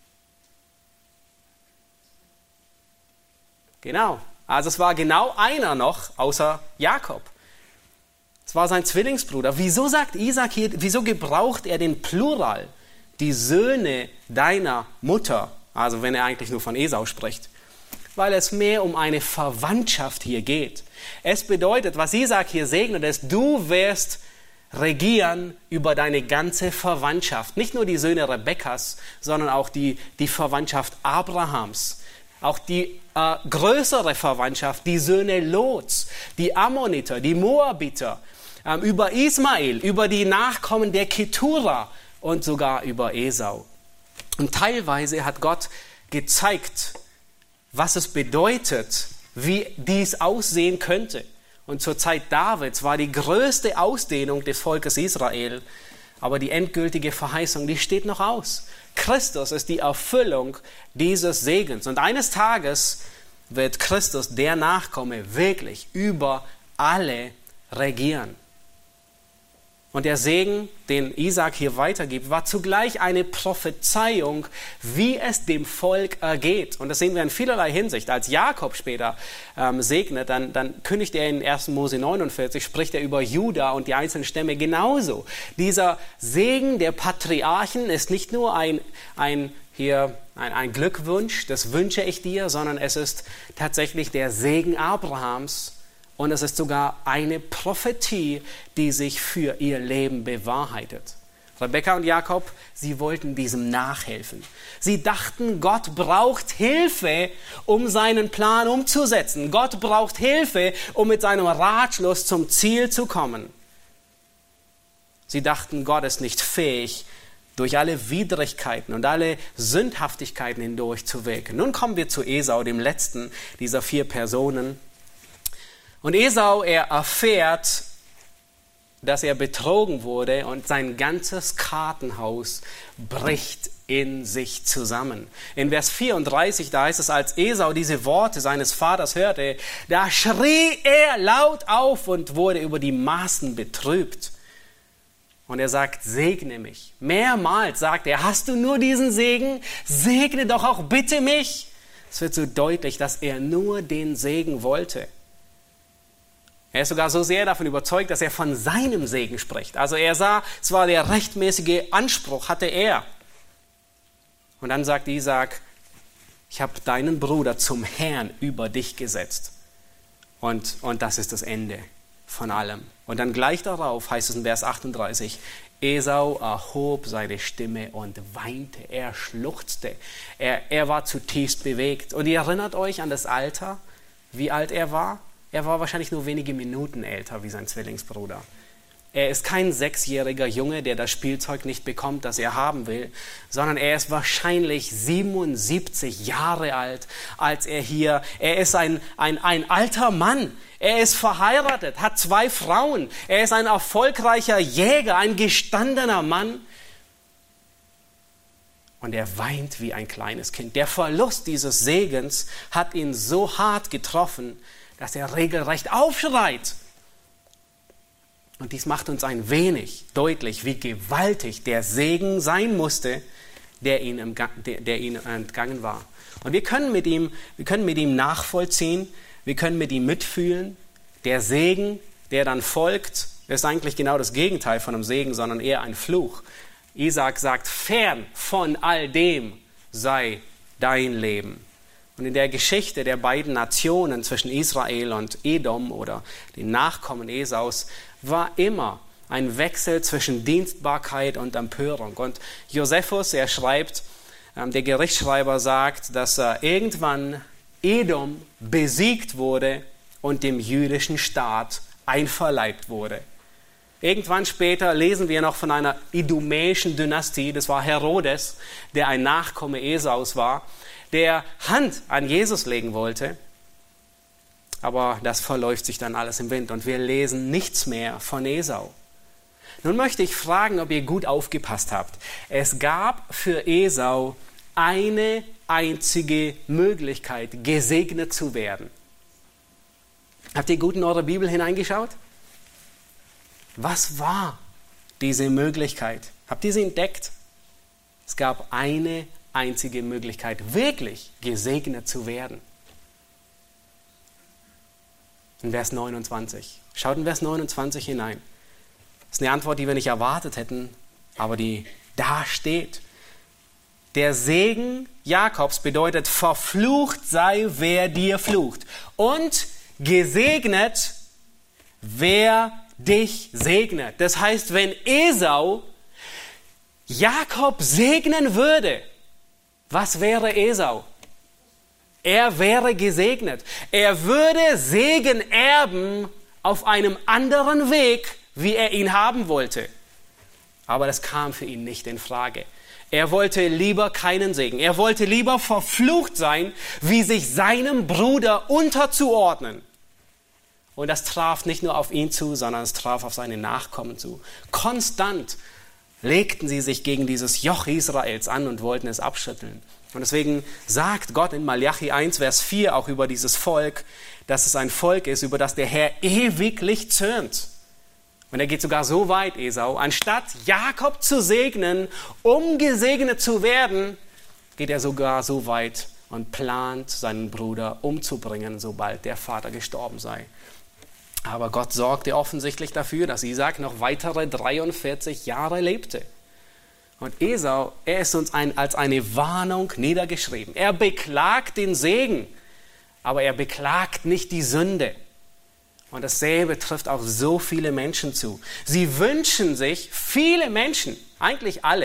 Genau. Also es war genau einer noch, außer Jakob. Es war sein Zwillingsbruder. Wieso sagt Isaak hier, wieso gebraucht er den Plural? Die Söhne deiner Mutter. Also wenn er eigentlich nur von Esau spricht. Weil es mehr um eine Verwandtschaft hier geht. Es bedeutet, was Isaak hier segnet, ist, du wirst regieren über deine ganze Verwandtschaft. Nicht nur die Söhne Rebekkas, sondern auch die Verwandtschaft Abrahams. Auch die größere Verwandtschaft, die Söhne Lots, die Ammoniter, die Moabiter, über Ismael, über die Nachkommen der Ketura und sogar über Esau. Und teilweise hat Gott gezeigt, was es bedeutet, wie dies aussehen könnte. Und zur Zeit Davids war die größte Ausdehnung des Volkes Israel, aber die endgültige Verheißung, die steht noch aus. Christus ist die Erfüllung dieses Segens. Und eines Tages wird Christus, der Nachkomme, wirklich über alle regieren. Und der Segen, den Isaak hier weitergibt, war zugleich eine Prophezeiung, wie es dem Volk ergeht. Und das sehen wir in vielerlei Hinsicht. Als Jakob später segnet, dann kündigt er in 1. Mose 49, spricht er über Juda und die einzelnen Stämme genauso. Dieser Segen der Patriarchen ist nicht nur ein Glückwunsch, das wünsche ich dir, sondern es ist tatsächlich der Segen Abrahams. Und es ist sogar eine Prophetie, die sich für ihr Leben bewahrheitet. Rebekka und Jakob, sie wollten diesem nachhelfen. Sie dachten, Gott braucht Hilfe, um seinen Plan umzusetzen. Gott braucht Hilfe, um mit seinem Ratschluss zum Ziel zu kommen. Sie dachten, Gott ist nicht fähig, durch alle Widrigkeiten und alle Sündhaftigkeiten hindurch zu wirken. Nun kommen wir zu Esau, dem letzten dieser 4 Personen. Und Esau, er erfährt, dass er betrogen wurde und sein ganzes Kartenhaus bricht in sich zusammen. In Vers 34, da heißt es, als Esau diese Worte seines Vaters hörte, da schrie er laut auf und wurde über die Maßen betrübt. Und er sagt, segne mich. Mehrmals sagt er, hast du nur diesen Segen? Segne doch auch bitte mich. Es wird so deutlich, dass er nur den Segen wollte. Er ist sogar so sehr davon überzeugt, dass er von seinem Segen spricht. Also er sah, es war der rechtmäßige Anspruch, hatte er. Und dann sagt Isaak, ich habe deinen Bruder zum Herrn über dich gesetzt. Und das ist das Ende von allem. Und dann gleich darauf heißt es in Vers 38, Esau erhob seine Stimme und weinte, er schluchzte, er war zutiefst bewegt. Und ihr erinnert euch an das Alter, wie alt er war? Er war wahrscheinlich nur wenige Minuten älter wie sein Zwillingsbruder. Er ist kein 6-jähriger Junge, der das Spielzeug nicht bekommt, das er haben will, sondern er ist wahrscheinlich 77 Jahre alt, als er ist ein alter Mann. Er ist verheiratet, hat 2 Frauen. Er ist ein erfolgreicher Jäger, ein gestandener Mann. Und er weint wie ein kleines Kind. Der Verlust dieses Segens hat ihn so hart getroffen, dass er regelrecht aufschreit. Und dies macht uns ein wenig deutlich, wie gewaltig der Segen sein musste, der ihm entgangen war. Und wir können mit ihm nachvollziehen, wir können mit ihm mitfühlen. Der Segen, der dann folgt, ist eigentlich genau das Gegenteil von einem Segen, sondern eher ein Fluch. Isaak sagt, fern von all dem sei dein Leben. Und in der Geschichte der beiden Nationen zwischen Israel und Edom oder den Nachkommen Esaus war immer ein Wechsel zwischen Dienstbarkeit und Empörung. Und Josephus, er schreibt, der Gerichtsschreiber sagt, dass irgendwann Edom besiegt wurde und dem jüdischen Staat einverleibt wurde. Irgendwann später lesen wir noch von einer idumäischen Dynastie, das war Herodes, der ein Nachkomme Esaus war, der Hand an Jesus legen wollte, aber das verläuft sich dann alles im Wind und wir lesen nichts mehr von Esau. Nun möchte ich fragen, ob ihr gut aufgepasst habt. Es gab für Esau eine einzige Möglichkeit, gesegnet zu werden. Habt ihr gut in eure Bibel hineingeschaut? Was war diese Möglichkeit? Habt ihr sie entdeckt? Es gab eine einzige Möglichkeit, wirklich gesegnet zu werden. In Vers 29. Schaut in Vers 29 hinein. Das ist eine Antwort, die wir nicht erwartet hätten, aber die da steht. Der Segen Jakobs bedeutet, verflucht sei, wer dir flucht. Und gesegnet, wer dich segnet. Das heißt, wenn Esau Jakob segnen würde, was wäre Esau? Er wäre gesegnet. Er würde Segen erben auf einem anderen Weg, wie er ihn haben wollte. Aber das kam für ihn nicht in Frage. Er wollte lieber keinen Segen. Er wollte lieber verflucht sein, wie sich seinem Bruder unterzuordnen. Und das traf nicht nur auf ihn zu, sondern es traf auf seine Nachkommen zu. Konstant legten sie sich gegen dieses Joch Israels an und wollten es abschütteln. Und deswegen sagt Gott in Malachi 1, Vers 4 auch über dieses Volk, dass es ein Volk ist, über das der Herr ewiglich zürnt. Und er geht sogar so weit, Esau, anstatt Jakob zu segnen, um gesegnet zu werden, geht er sogar so weit und plant, seinen Bruder umzubringen, sobald der Vater gestorben sei. Aber Gott sorgte offensichtlich dafür, dass Isaak noch weitere 43 Jahre lebte. Und Esau, er ist uns als eine Warnung niedergeschrieben. Er beklagt den Segen, aber er beklagt nicht die Sünde. Und dasselbe trifft auf so viele Menschen zu. Sie wünschen sich, viele Menschen, eigentlich alle,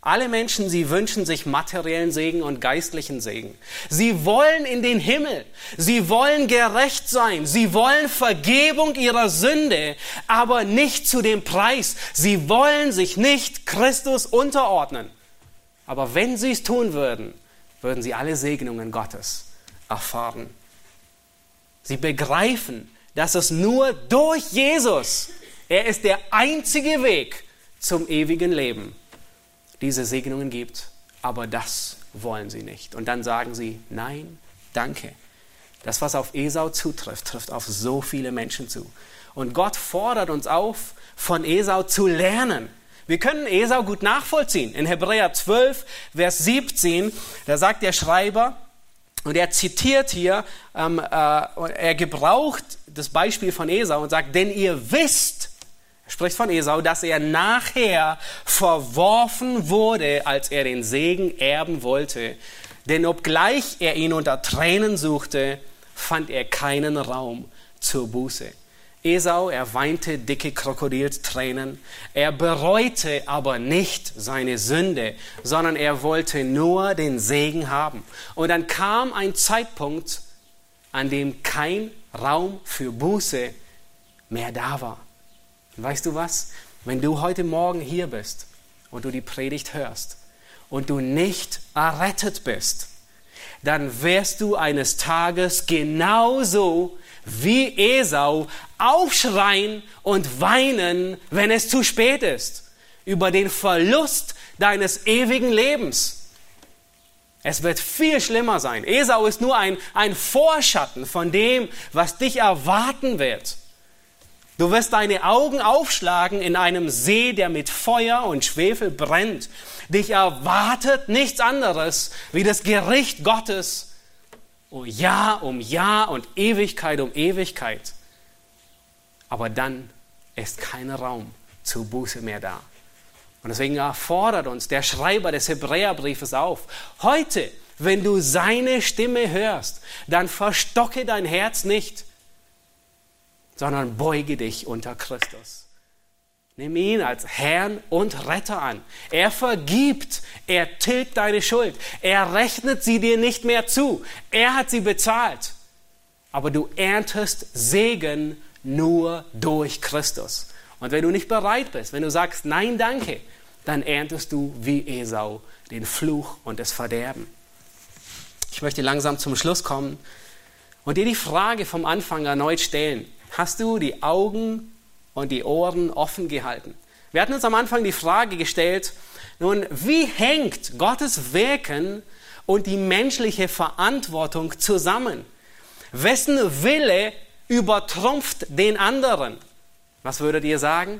Alle Menschen, sie wünschen sich materiellen Segen und geistlichen Segen. Sie wollen in den Himmel. Sie wollen gerecht sein. Sie wollen Vergebung ihrer Sünde, aber nicht zu dem Preis. Sie wollen sich nicht Christus unterordnen. Aber wenn sie es tun würden, würden sie alle Segnungen Gottes erfahren. Sie begreifen, dass es nur durch Jesus, er ist der einzige Weg zum ewigen Leben, diese Segnungen gibt, aber das wollen sie nicht. Und dann sagen sie, nein, danke. Das, was auf Esau zutrifft, trifft auf so viele Menschen zu. Und Gott fordert uns auf, von Esau zu lernen. Wir können Esau gut nachvollziehen. In Hebräer 12, Vers 17, da sagt der Schreiber, und er zitiert hier, er gebraucht das Beispiel von Esau und sagt, denn ihr wisst, er spricht von Esau, dass er nachher verworfen wurde, als er den Segen erben wollte. Denn obgleich er ihn unter Tränen suchte, fand er keinen Raum zur Buße. Esau, er weinte dicke Krokodilstränen. Er bereute aber nicht seine Sünde, sondern er wollte nur den Segen haben. Und dann kam ein Zeitpunkt, an dem kein Raum für Buße mehr da war. Und weißt du was? Wenn du heute Morgen hier bist und du die Predigt hörst und du nicht errettet bist, dann wirst du eines Tages genauso wie Esau aufschreien und weinen, wenn es zu spät ist, über den Verlust deines ewigen Lebens. Es wird viel schlimmer sein. Esau ist nur ein Vorschatten von dem, was dich erwarten wird. Du wirst deine Augen aufschlagen in einem See, der mit Feuer und Schwefel brennt. Dich erwartet nichts anderes wie das Gericht Gottes. Oh, Jahr um Jahr und Ewigkeit um Ewigkeit. Aber dann ist kein Raum zur Buße mehr da. Und deswegen fordert uns der Schreiber des Hebräerbriefes auf. Heute, wenn du seine Stimme hörst, dann verstocke dein Herz nicht, sondern beuge dich unter Christus. Nimm ihn als Herrn und Retter an. Er vergibt, er tilgt deine Schuld. Er rechnet sie dir nicht mehr zu. Er hat sie bezahlt. Aber du erntest Segen nur durch Christus. Und wenn du nicht bereit bist, wenn du sagst, nein, danke, dann erntest du wie Esau den Fluch und das Verderben. Ich möchte langsam zum Schluss kommen und dir die Frage vom Anfang erneut stellen. Hast du die Augen und die Ohren offen gehalten? Wir hatten uns am Anfang die Frage gestellt, nun, wie hängt Gottes Wirken und die menschliche Verantwortung zusammen? Wessen Wille übertrumpft den anderen? Was würdet ihr sagen?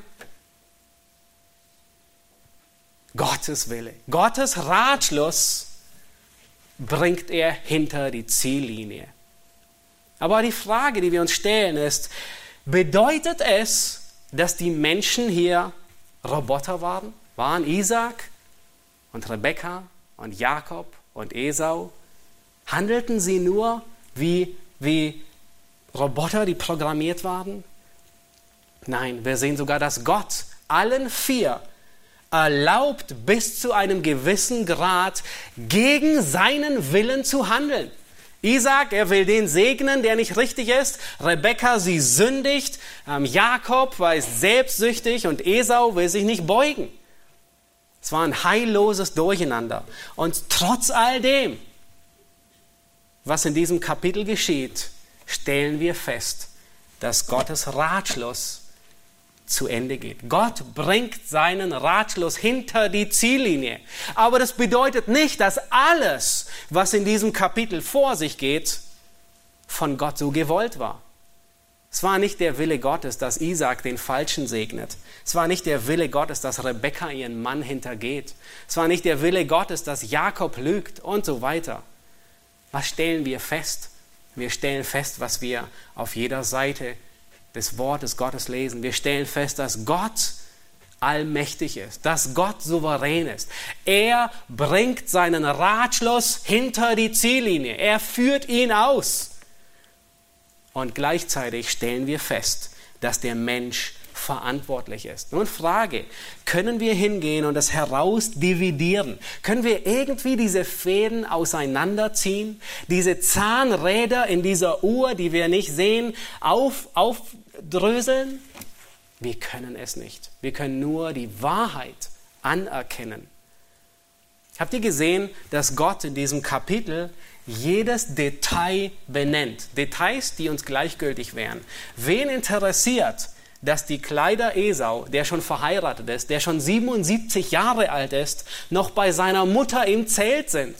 Gottes Wille. Gottes Ratschluss bringt er hinter die Ziellinie. Aber die Frage, die wir uns stellen, ist, bedeutet es, dass die Menschen hier Roboter waren? Waren Isaak und Rebekka und Jakob und Esau? Handelten sie nur wie Roboter, die programmiert waren? Nein, wir sehen sogar, dass Gott allen vier erlaubt, bis zu einem gewissen Grad gegen seinen Willen zu handeln. Isaak, er will den segnen, der nicht richtig ist. Rebekka, sie sündigt. Jakob war selbstsüchtig und Esau will sich nicht beugen. Es war ein heilloses Durcheinander. Und trotz all dem, was in diesem Kapitel geschieht, stellen wir fest, dass Gottes Ratschluss zu Ende geht. Gott bringt seinen Ratschluss hinter die Ziellinie. Aber das bedeutet nicht, dass alles, was in diesem Kapitel vor sich geht, von Gott so gewollt war. Es war nicht der Wille Gottes, dass Isaak den Falschen segnet. Es war nicht der Wille Gottes, dass Rebekka ihren Mann hintergeht. Es war nicht der Wille Gottes, dass Jakob lügt und so weiter. Was stellen wir fest? Wir stellen fest, was wir auf jeder Seite des Wortes Gottes lesen. Wir stellen fest, dass Gott allmächtig ist, dass Gott souverän ist. Er bringt seinen Ratschluss hinter die Ziellinie. Er führt ihn aus. Und gleichzeitig stellen wir fest, dass der Mensch verantwortlich ist. Nun Frage, können wir hingehen und das herausdividieren? Können wir irgendwie diese Fäden auseinanderziehen? Diese Zahnräder in dieser Uhr, die wir nicht sehen, aufdröseln? Wir können es nicht. Wir können nur die Wahrheit anerkennen. Habt ihr gesehen, dass Gott in diesem Kapitel jedes Detail benennt? Details, die uns gleichgültig wären. Wen interessiert, dass die Kleider Esau, der schon verheiratet ist, der schon 77 Jahre alt ist, noch bei seiner Mutter im Zelt sind?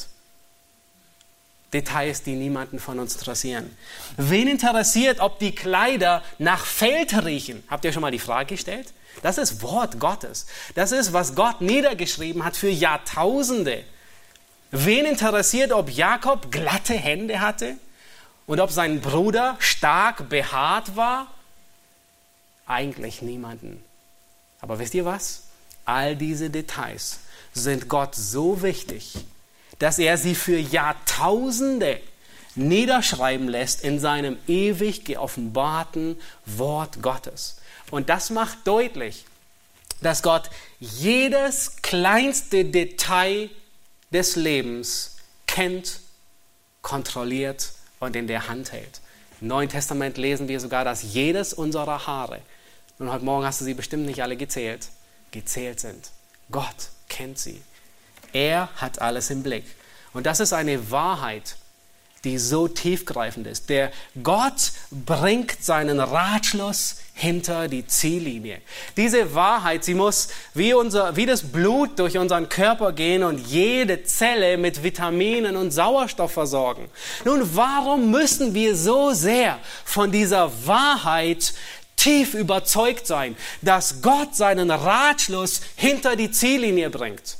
Details, die niemanden von uns interessieren. Wen interessiert, ob die Kleider nach Feld riechen? Habt ihr schon mal die Frage gestellt? Das ist Wort Gottes. Das ist, was Gott niedergeschrieben hat für Jahrtausende. Wen interessiert, ob Jakob glatte Hände hatte und ob sein Bruder stark behaart war? Eigentlich niemanden. Aber wisst ihr was? All diese Details sind Gott so wichtig, dass er sie für Jahrtausende niederschreiben lässt in seinem ewig geoffenbarten Wort Gottes. Und das macht deutlich, dass Gott jedes kleinste Detail des Lebens kennt, kontrolliert und in der Hand hält. Im Neuen Testament lesen wir sogar, dass jedes unserer Haare, und heute Morgen hast du sie bestimmt nicht alle gezählt sind. Gott kennt sie. Er hat alles im Blick. Und das ist eine Wahrheit, die so tiefgreifend ist. Der Gott bringt seinen Ratschluss hinter die Ziellinie. Diese Wahrheit, sie muss wie das Blut durch unseren Körper gehen und jede Zelle mit Vitaminen und Sauerstoff versorgen. Nun, warum müssen wir so sehr von dieser Wahrheit tief überzeugt sein, dass Gott seinen Ratschluss hinter die Ziellinie bringt?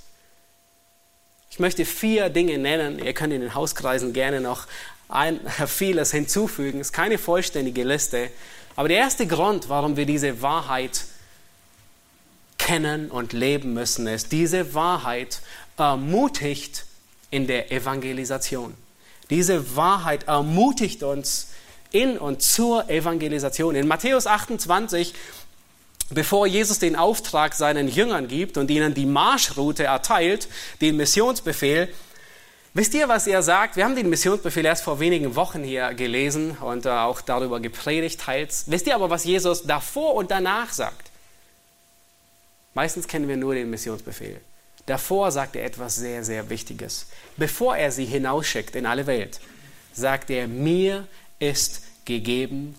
Ich möchte 4 Dinge nennen. Ihr könnt in den Hauskreisen gerne noch vieles hinzufügen. Es ist keine vollständige Liste. Aber der erste Grund, warum wir diese Wahrheit kennen und leben müssen, ist, diese Wahrheit ermutigt in der Evangelisation. Diese Wahrheit ermutigt uns in und zur Evangelisation. In Matthäus 28, bevor Jesus den Auftrag seinen Jüngern gibt und ihnen die Marschroute erteilt, den Missionsbefehl, wisst ihr, was er sagt? Wir haben den Missionsbefehl erst vor wenigen Wochen hier gelesen und auch darüber gepredigt teils. Wisst ihr aber, was Jesus davor und danach sagt? Meistens kennen wir nur den Missionsbefehl. Davor sagt er etwas sehr, sehr Wichtiges. Bevor er sie hinausschickt in alle Welt, sagt er, mir ist gegeben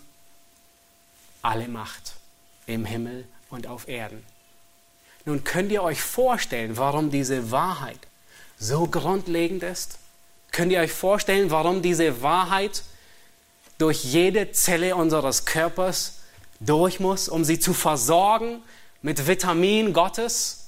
alle Macht im Himmel und auf Erden. Nun könnt ihr euch vorstellen, warum diese Wahrheit so grundlegend ist? Könnt ihr euch vorstellen, warum diese Wahrheit durch jede Zelle unseres Körpers durch muss, um sie zu versorgen mit Vitamin Gottes?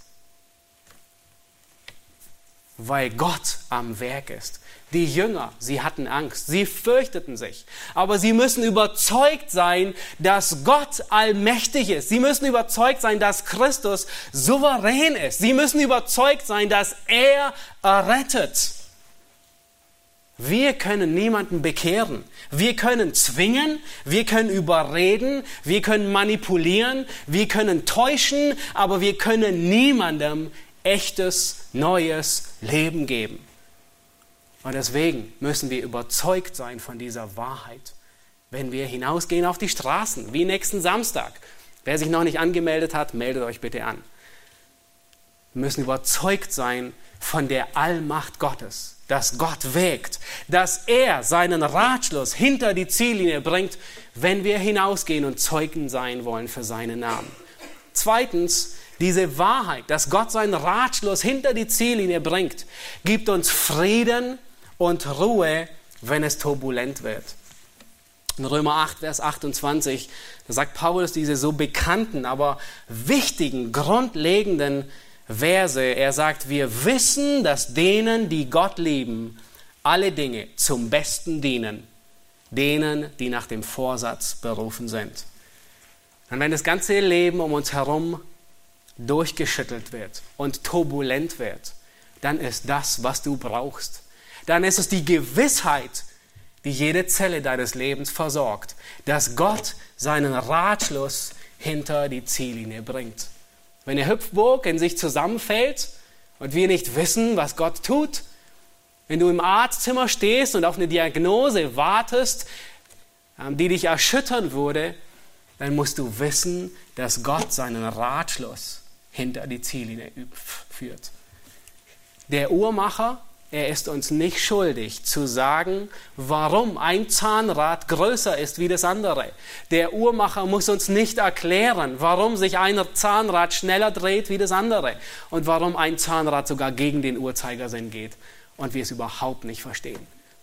Weil Gott am Werk ist. Die Jünger, sie hatten Angst, sie fürchteten sich, aber sie müssen überzeugt sein, dass Gott allmächtig ist. Sie müssen überzeugt sein, dass Christus souverän ist. Sie müssen überzeugt sein, dass er errettet. Wir können niemanden bekehren. Wir können zwingen, wir können überreden, wir können manipulieren, wir können täuschen, aber wir können niemandem echtes, neues Leben geben. Und deswegen müssen wir überzeugt sein von dieser Wahrheit, wenn wir hinausgehen auf die Straßen, wie nächsten Samstag. Wer sich noch nicht angemeldet hat, meldet euch bitte an. Wir müssen überzeugt sein von der Allmacht Gottes, dass Gott wägt, dass er seinen Ratschluss hinter die Ziellinie bringt, wenn wir hinausgehen und Zeugen sein wollen für seinen Namen. Zweitens, diese Wahrheit, dass Gott seinen Ratschluss hinter die Ziellinie bringt, gibt uns Frieden und Ruhe, wenn es turbulent wird. In Römer 8, Vers 28, da sagt Paulus diese so bekannten, aber wichtigen, grundlegenden Verse. Er sagt, wir wissen, dass denen, die Gott lieben, alle Dinge zum Besten dienen, denen, die nach dem Vorsatz berufen sind. Und wenn das ganze Leben um uns herum durchgeschüttelt wird und turbulent wird, dann ist das, was du brauchst. Dann ist es die Gewissheit, die jede Zelle deines Lebens versorgt, dass Gott seinen Ratschluss hinter die Ziellinie bringt. Wenn der Hüpfburg in sich zusammenfällt und wir nicht wissen, was Gott tut, wenn du im Arztzimmer stehst und auf eine Diagnose wartest, die dich erschüttern würde, dann musst du wissen, dass Gott seinen Ratschluss hinter die Ziellinie führt. Der Uhrmacher, er ist uns nicht schuldig zu sagen, warum ein Zahnrad größer ist wie das andere. Der Uhrmacher muss uns nicht erklären, warum sich ein Zahnrad schneller dreht wie das andere und warum ein Zahnrad sogar gegen den Uhrzeigersinn geht und wir es überhaupt nicht verstehen.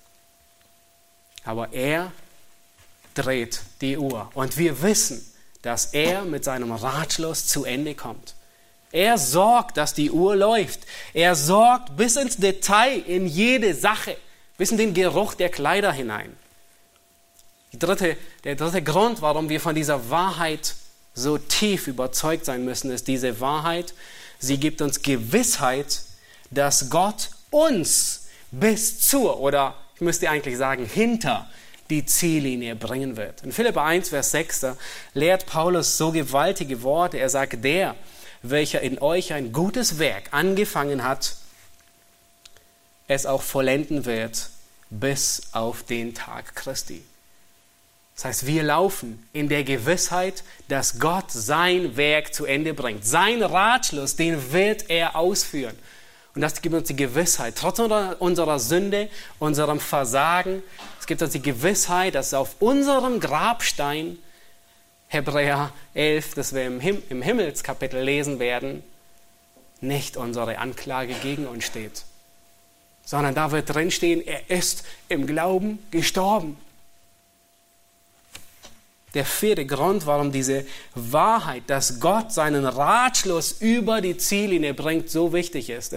Aber er dreht die Uhr und wir wissen, dass er mit seinem Ratschluss zu Ende kommt. Er sorgt, dass die Uhr läuft. Er sorgt bis ins Detail in jede Sache, bis in den Geruch der Kleider hinein. Der dritte Grund, warum wir von dieser Wahrheit so tief überzeugt sein müssen, ist diese Wahrheit. Sie gibt uns Gewissheit, dass Gott uns bis zur, oder ich müsste eigentlich sagen, hinter die Ziellinie bringen wird. In Philipper 1, Vers 6, da lehrt Paulus so gewaltige Worte. Er sagt, der, welcher in euch ein gutes Werk angefangen hat, es auch vollenden wird bis auf den Tag Christi. Das heißt, wir laufen in der Gewissheit, dass Gott sein Werk zu Ende bringt. Sein Ratschluss, den wird er ausführen. Und das gibt uns die Gewissheit, trotz unserer Sünde, unserem Versagen, es gibt uns die Gewissheit, dass auf unserem Grabstein, Hebräer 11, das wir im Himmelskapitel lesen werden, nicht unsere Anklage gegen uns steht, sondern da wird drinstehen, er ist im Glauben gestorben. Der vierte Grund, warum diese Wahrheit, dass Gott seinen Ratschluss über die Ziellinie bringt, so wichtig ist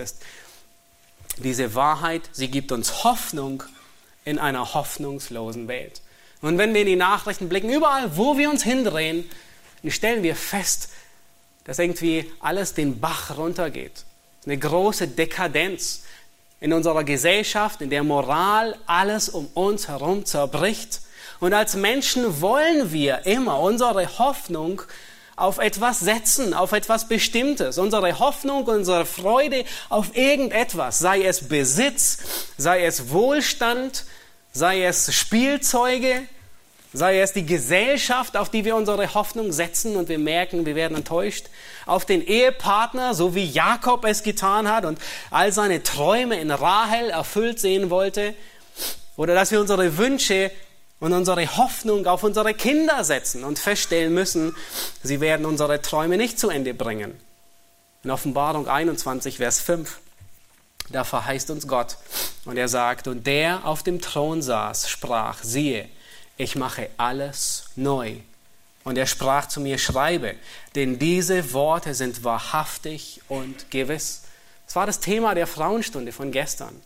diese Wahrheit, sie gibt uns Hoffnung in einer hoffnungslosen Welt. Und wenn wir in die Nachrichten blicken, überall, wo wir uns hindrehen, dann stellen wir fest, dass irgendwie alles den Bach runtergeht. Eine große Dekadenz in unserer Gesellschaft, in der Moral alles um uns herum zerbricht. Und als Menschen wollen wir immer unsere Hoffnung auf etwas setzen, auf etwas Bestimmtes. Unsere Hoffnung, unsere Freude auf irgendetwas, sei es Besitz, sei es Wohlstand, sei es Spielzeuge, sei es die Gesellschaft, auf die wir unsere Hoffnung setzen und wir merken, wir werden enttäuscht, auf den Ehepartner, so wie Jakob es getan hat und all seine Träume in Rahel erfüllt sehen wollte, oder dass wir unsere Wünsche und unsere Hoffnung auf unsere Kinder setzen und feststellen müssen, sie werden unsere Träume nicht zu Ende bringen. In Offenbarung 21, Vers 5, da verheißt uns Gott und er sagt, und der auf dem Thron saß, sprach, siehe, ich mache alles neu. Und er sprach zu mir, schreibe, denn diese Worte sind wahrhaftig und gewiss. Das war das Thema der Frauenstunde von gestern.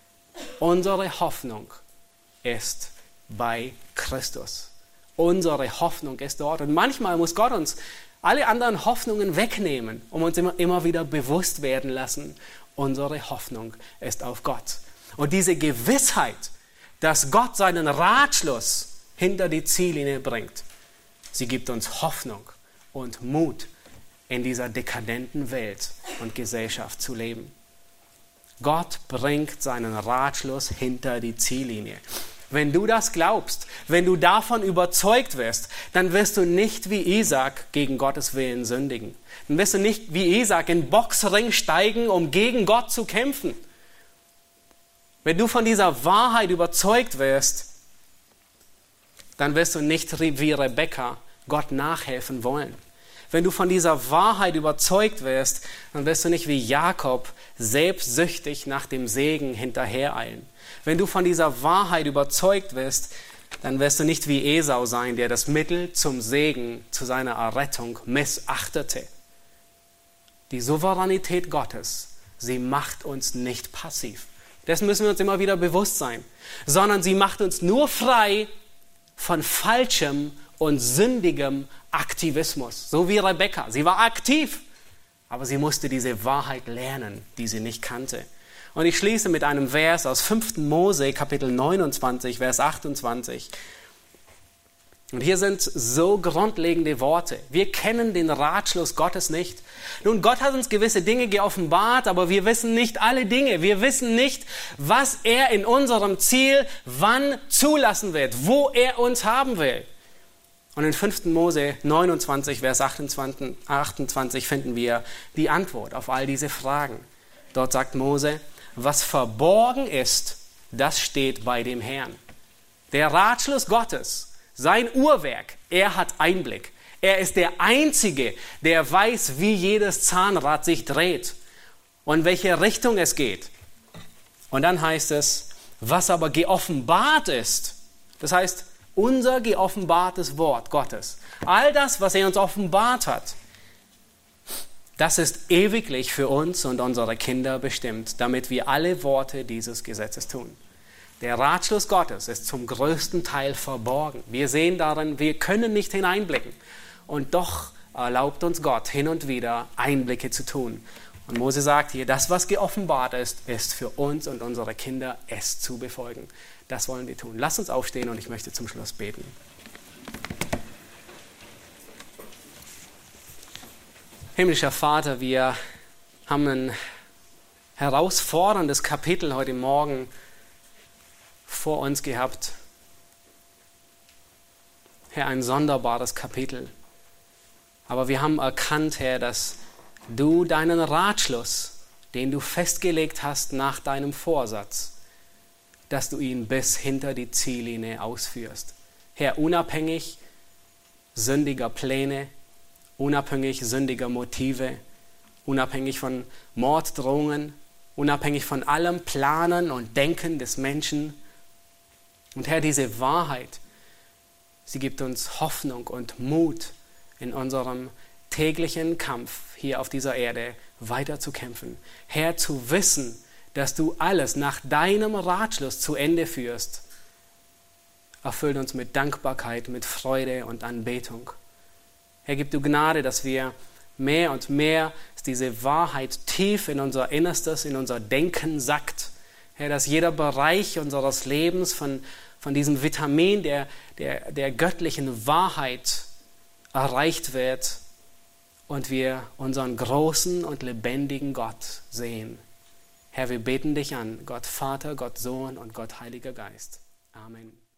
Unsere Hoffnung ist bei Christus. Unsere Hoffnung ist dort. Und manchmal muss Gott uns alle anderen Hoffnungen wegnehmen, um uns immer wieder bewusst werden lassen, unsere Hoffnung ist auf Gott. Und diese Gewissheit, dass Gott seinen Ratschluss hinter die Ziellinie bringt, sie gibt uns Hoffnung und Mut, in dieser dekadenten Welt und Gesellschaft zu leben. Gott bringt seinen Ratschluss hinter die Ziellinie. Wenn du das glaubst, wenn du davon überzeugt wirst, dann wirst du nicht wie Isaak gegen Gottes Willen sündigen. Dann wirst du nicht wie Isaak in den Boxring steigen, um gegen Gott zu kämpfen. Wenn du von dieser Wahrheit überzeugt wirst, dann wirst du nicht wie Rebekka Gott nachhelfen wollen. Wenn du von dieser Wahrheit überzeugt wirst, dann wirst du nicht wie Jakob selbstsüchtig nach dem Segen hinterhereilen. Wenn du von dieser Wahrheit überzeugt wirst, dann wirst du nicht wie Esau sein, der das Mittel zum Segen, zu seiner Errettung missachtete. Die Souveränität Gottes, sie macht uns nicht passiv. Dessen müssen wir uns immer wieder bewusst sein. Sondern sie macht uns nur frei von falschem und sündigem Aktivismus. So wie Rebekka. Sie war aktiv, aber sie musste diese Wahrheit lernen, die sie nicht kannte. Und ich schließe mit einem Vers aus 5. Mose, Kapitel 29, Vers 28. Und hier sind so grundlegende Worte. Wir kennen den Ratschluss Gottes nicht. Nun, Gott hat uns gewisse Dinge geoffenbart, aber wir wissen nicht alle Dinge. Wir wissen nicht, was er in unserem Ziel wann zulassen wird, wo er uns haben will. Und in 5. Mose 29, Vers 28 finden wir die Antwort auf all diese Fragen. Dort sagt Mose, was verborgen ist, das steht bei dem Herrn. Der Ratschluss Gottes, sein Uhrwerk, er hat Einblick. Er ist der Einzige, der weiß, wie jedes Zahnrad sich dreht und welche Richtung es geht. Und dann heißt es, was aber geoffenbart ist, das heißt, unser geoffenbartes Wort Gottes, all das, was er uns offenbart hat, das ist ewiglich für uns und unsere Kinder bestimmt, damit wir alle Worte dieses Gesetzes tun. Der Ratschluss Gottes ist zum größten Teil verborgen. Wir sehen darin, wir können nicht hineinblicken. Und doch erlaubt uns Gott hin und wieder Einblicke zu tun. Und Mose sagt hier, das, was geoffenbart ist, ist für uns und unsere Kinder, es zu befolgen. Das wollen wir tun. Lass uns aufstehen und ich möchte zum Schluss beten. Himmlischer Vater, wir haben ein herausforderndes Kapitel heute Morgen vor uns gehabt. Herr, ein sonderbares Kapitel. Aber wir haben erkannt, Herr, dass du deinen Ratschluss, den du festgelegt hast nach deinem Vorsatz, dass du ihn bis hinter die Ziellinie ausführst. Herr, unabhängig sündiger Pläne, unabhängig sündiger Motive, unabhängig von Morddrohungen, unabhängig von allem Planen und Denken des Menschen. Und Herr, diese Wahrheit, sie gibt uns Hoffnung und Mut in unserem täglichen Kampf hier auf dieser Erde weiter zu kämpfen. Herr, zu wissen, dass du alles nach deinem Ratschluss zu Ende führst, erfüllt uns mit Dankbarkeit, mit Freude und Anbetung. Herr, gib du Gnade, dass wir mehr und mehr, dass diese Wahrheit tief in unser Innerstes, in unser Denken sackt. Herr, dass jeder Bereich unseres Lebens von diesem Vitamin der göttlichen Wahrheit erreicht wird und wir unseren großen und lebendigen Gott sehen. Herr, wir beten dich an, Gott Vater, Gott Sohn und Gott Heiliger Geist. Amen.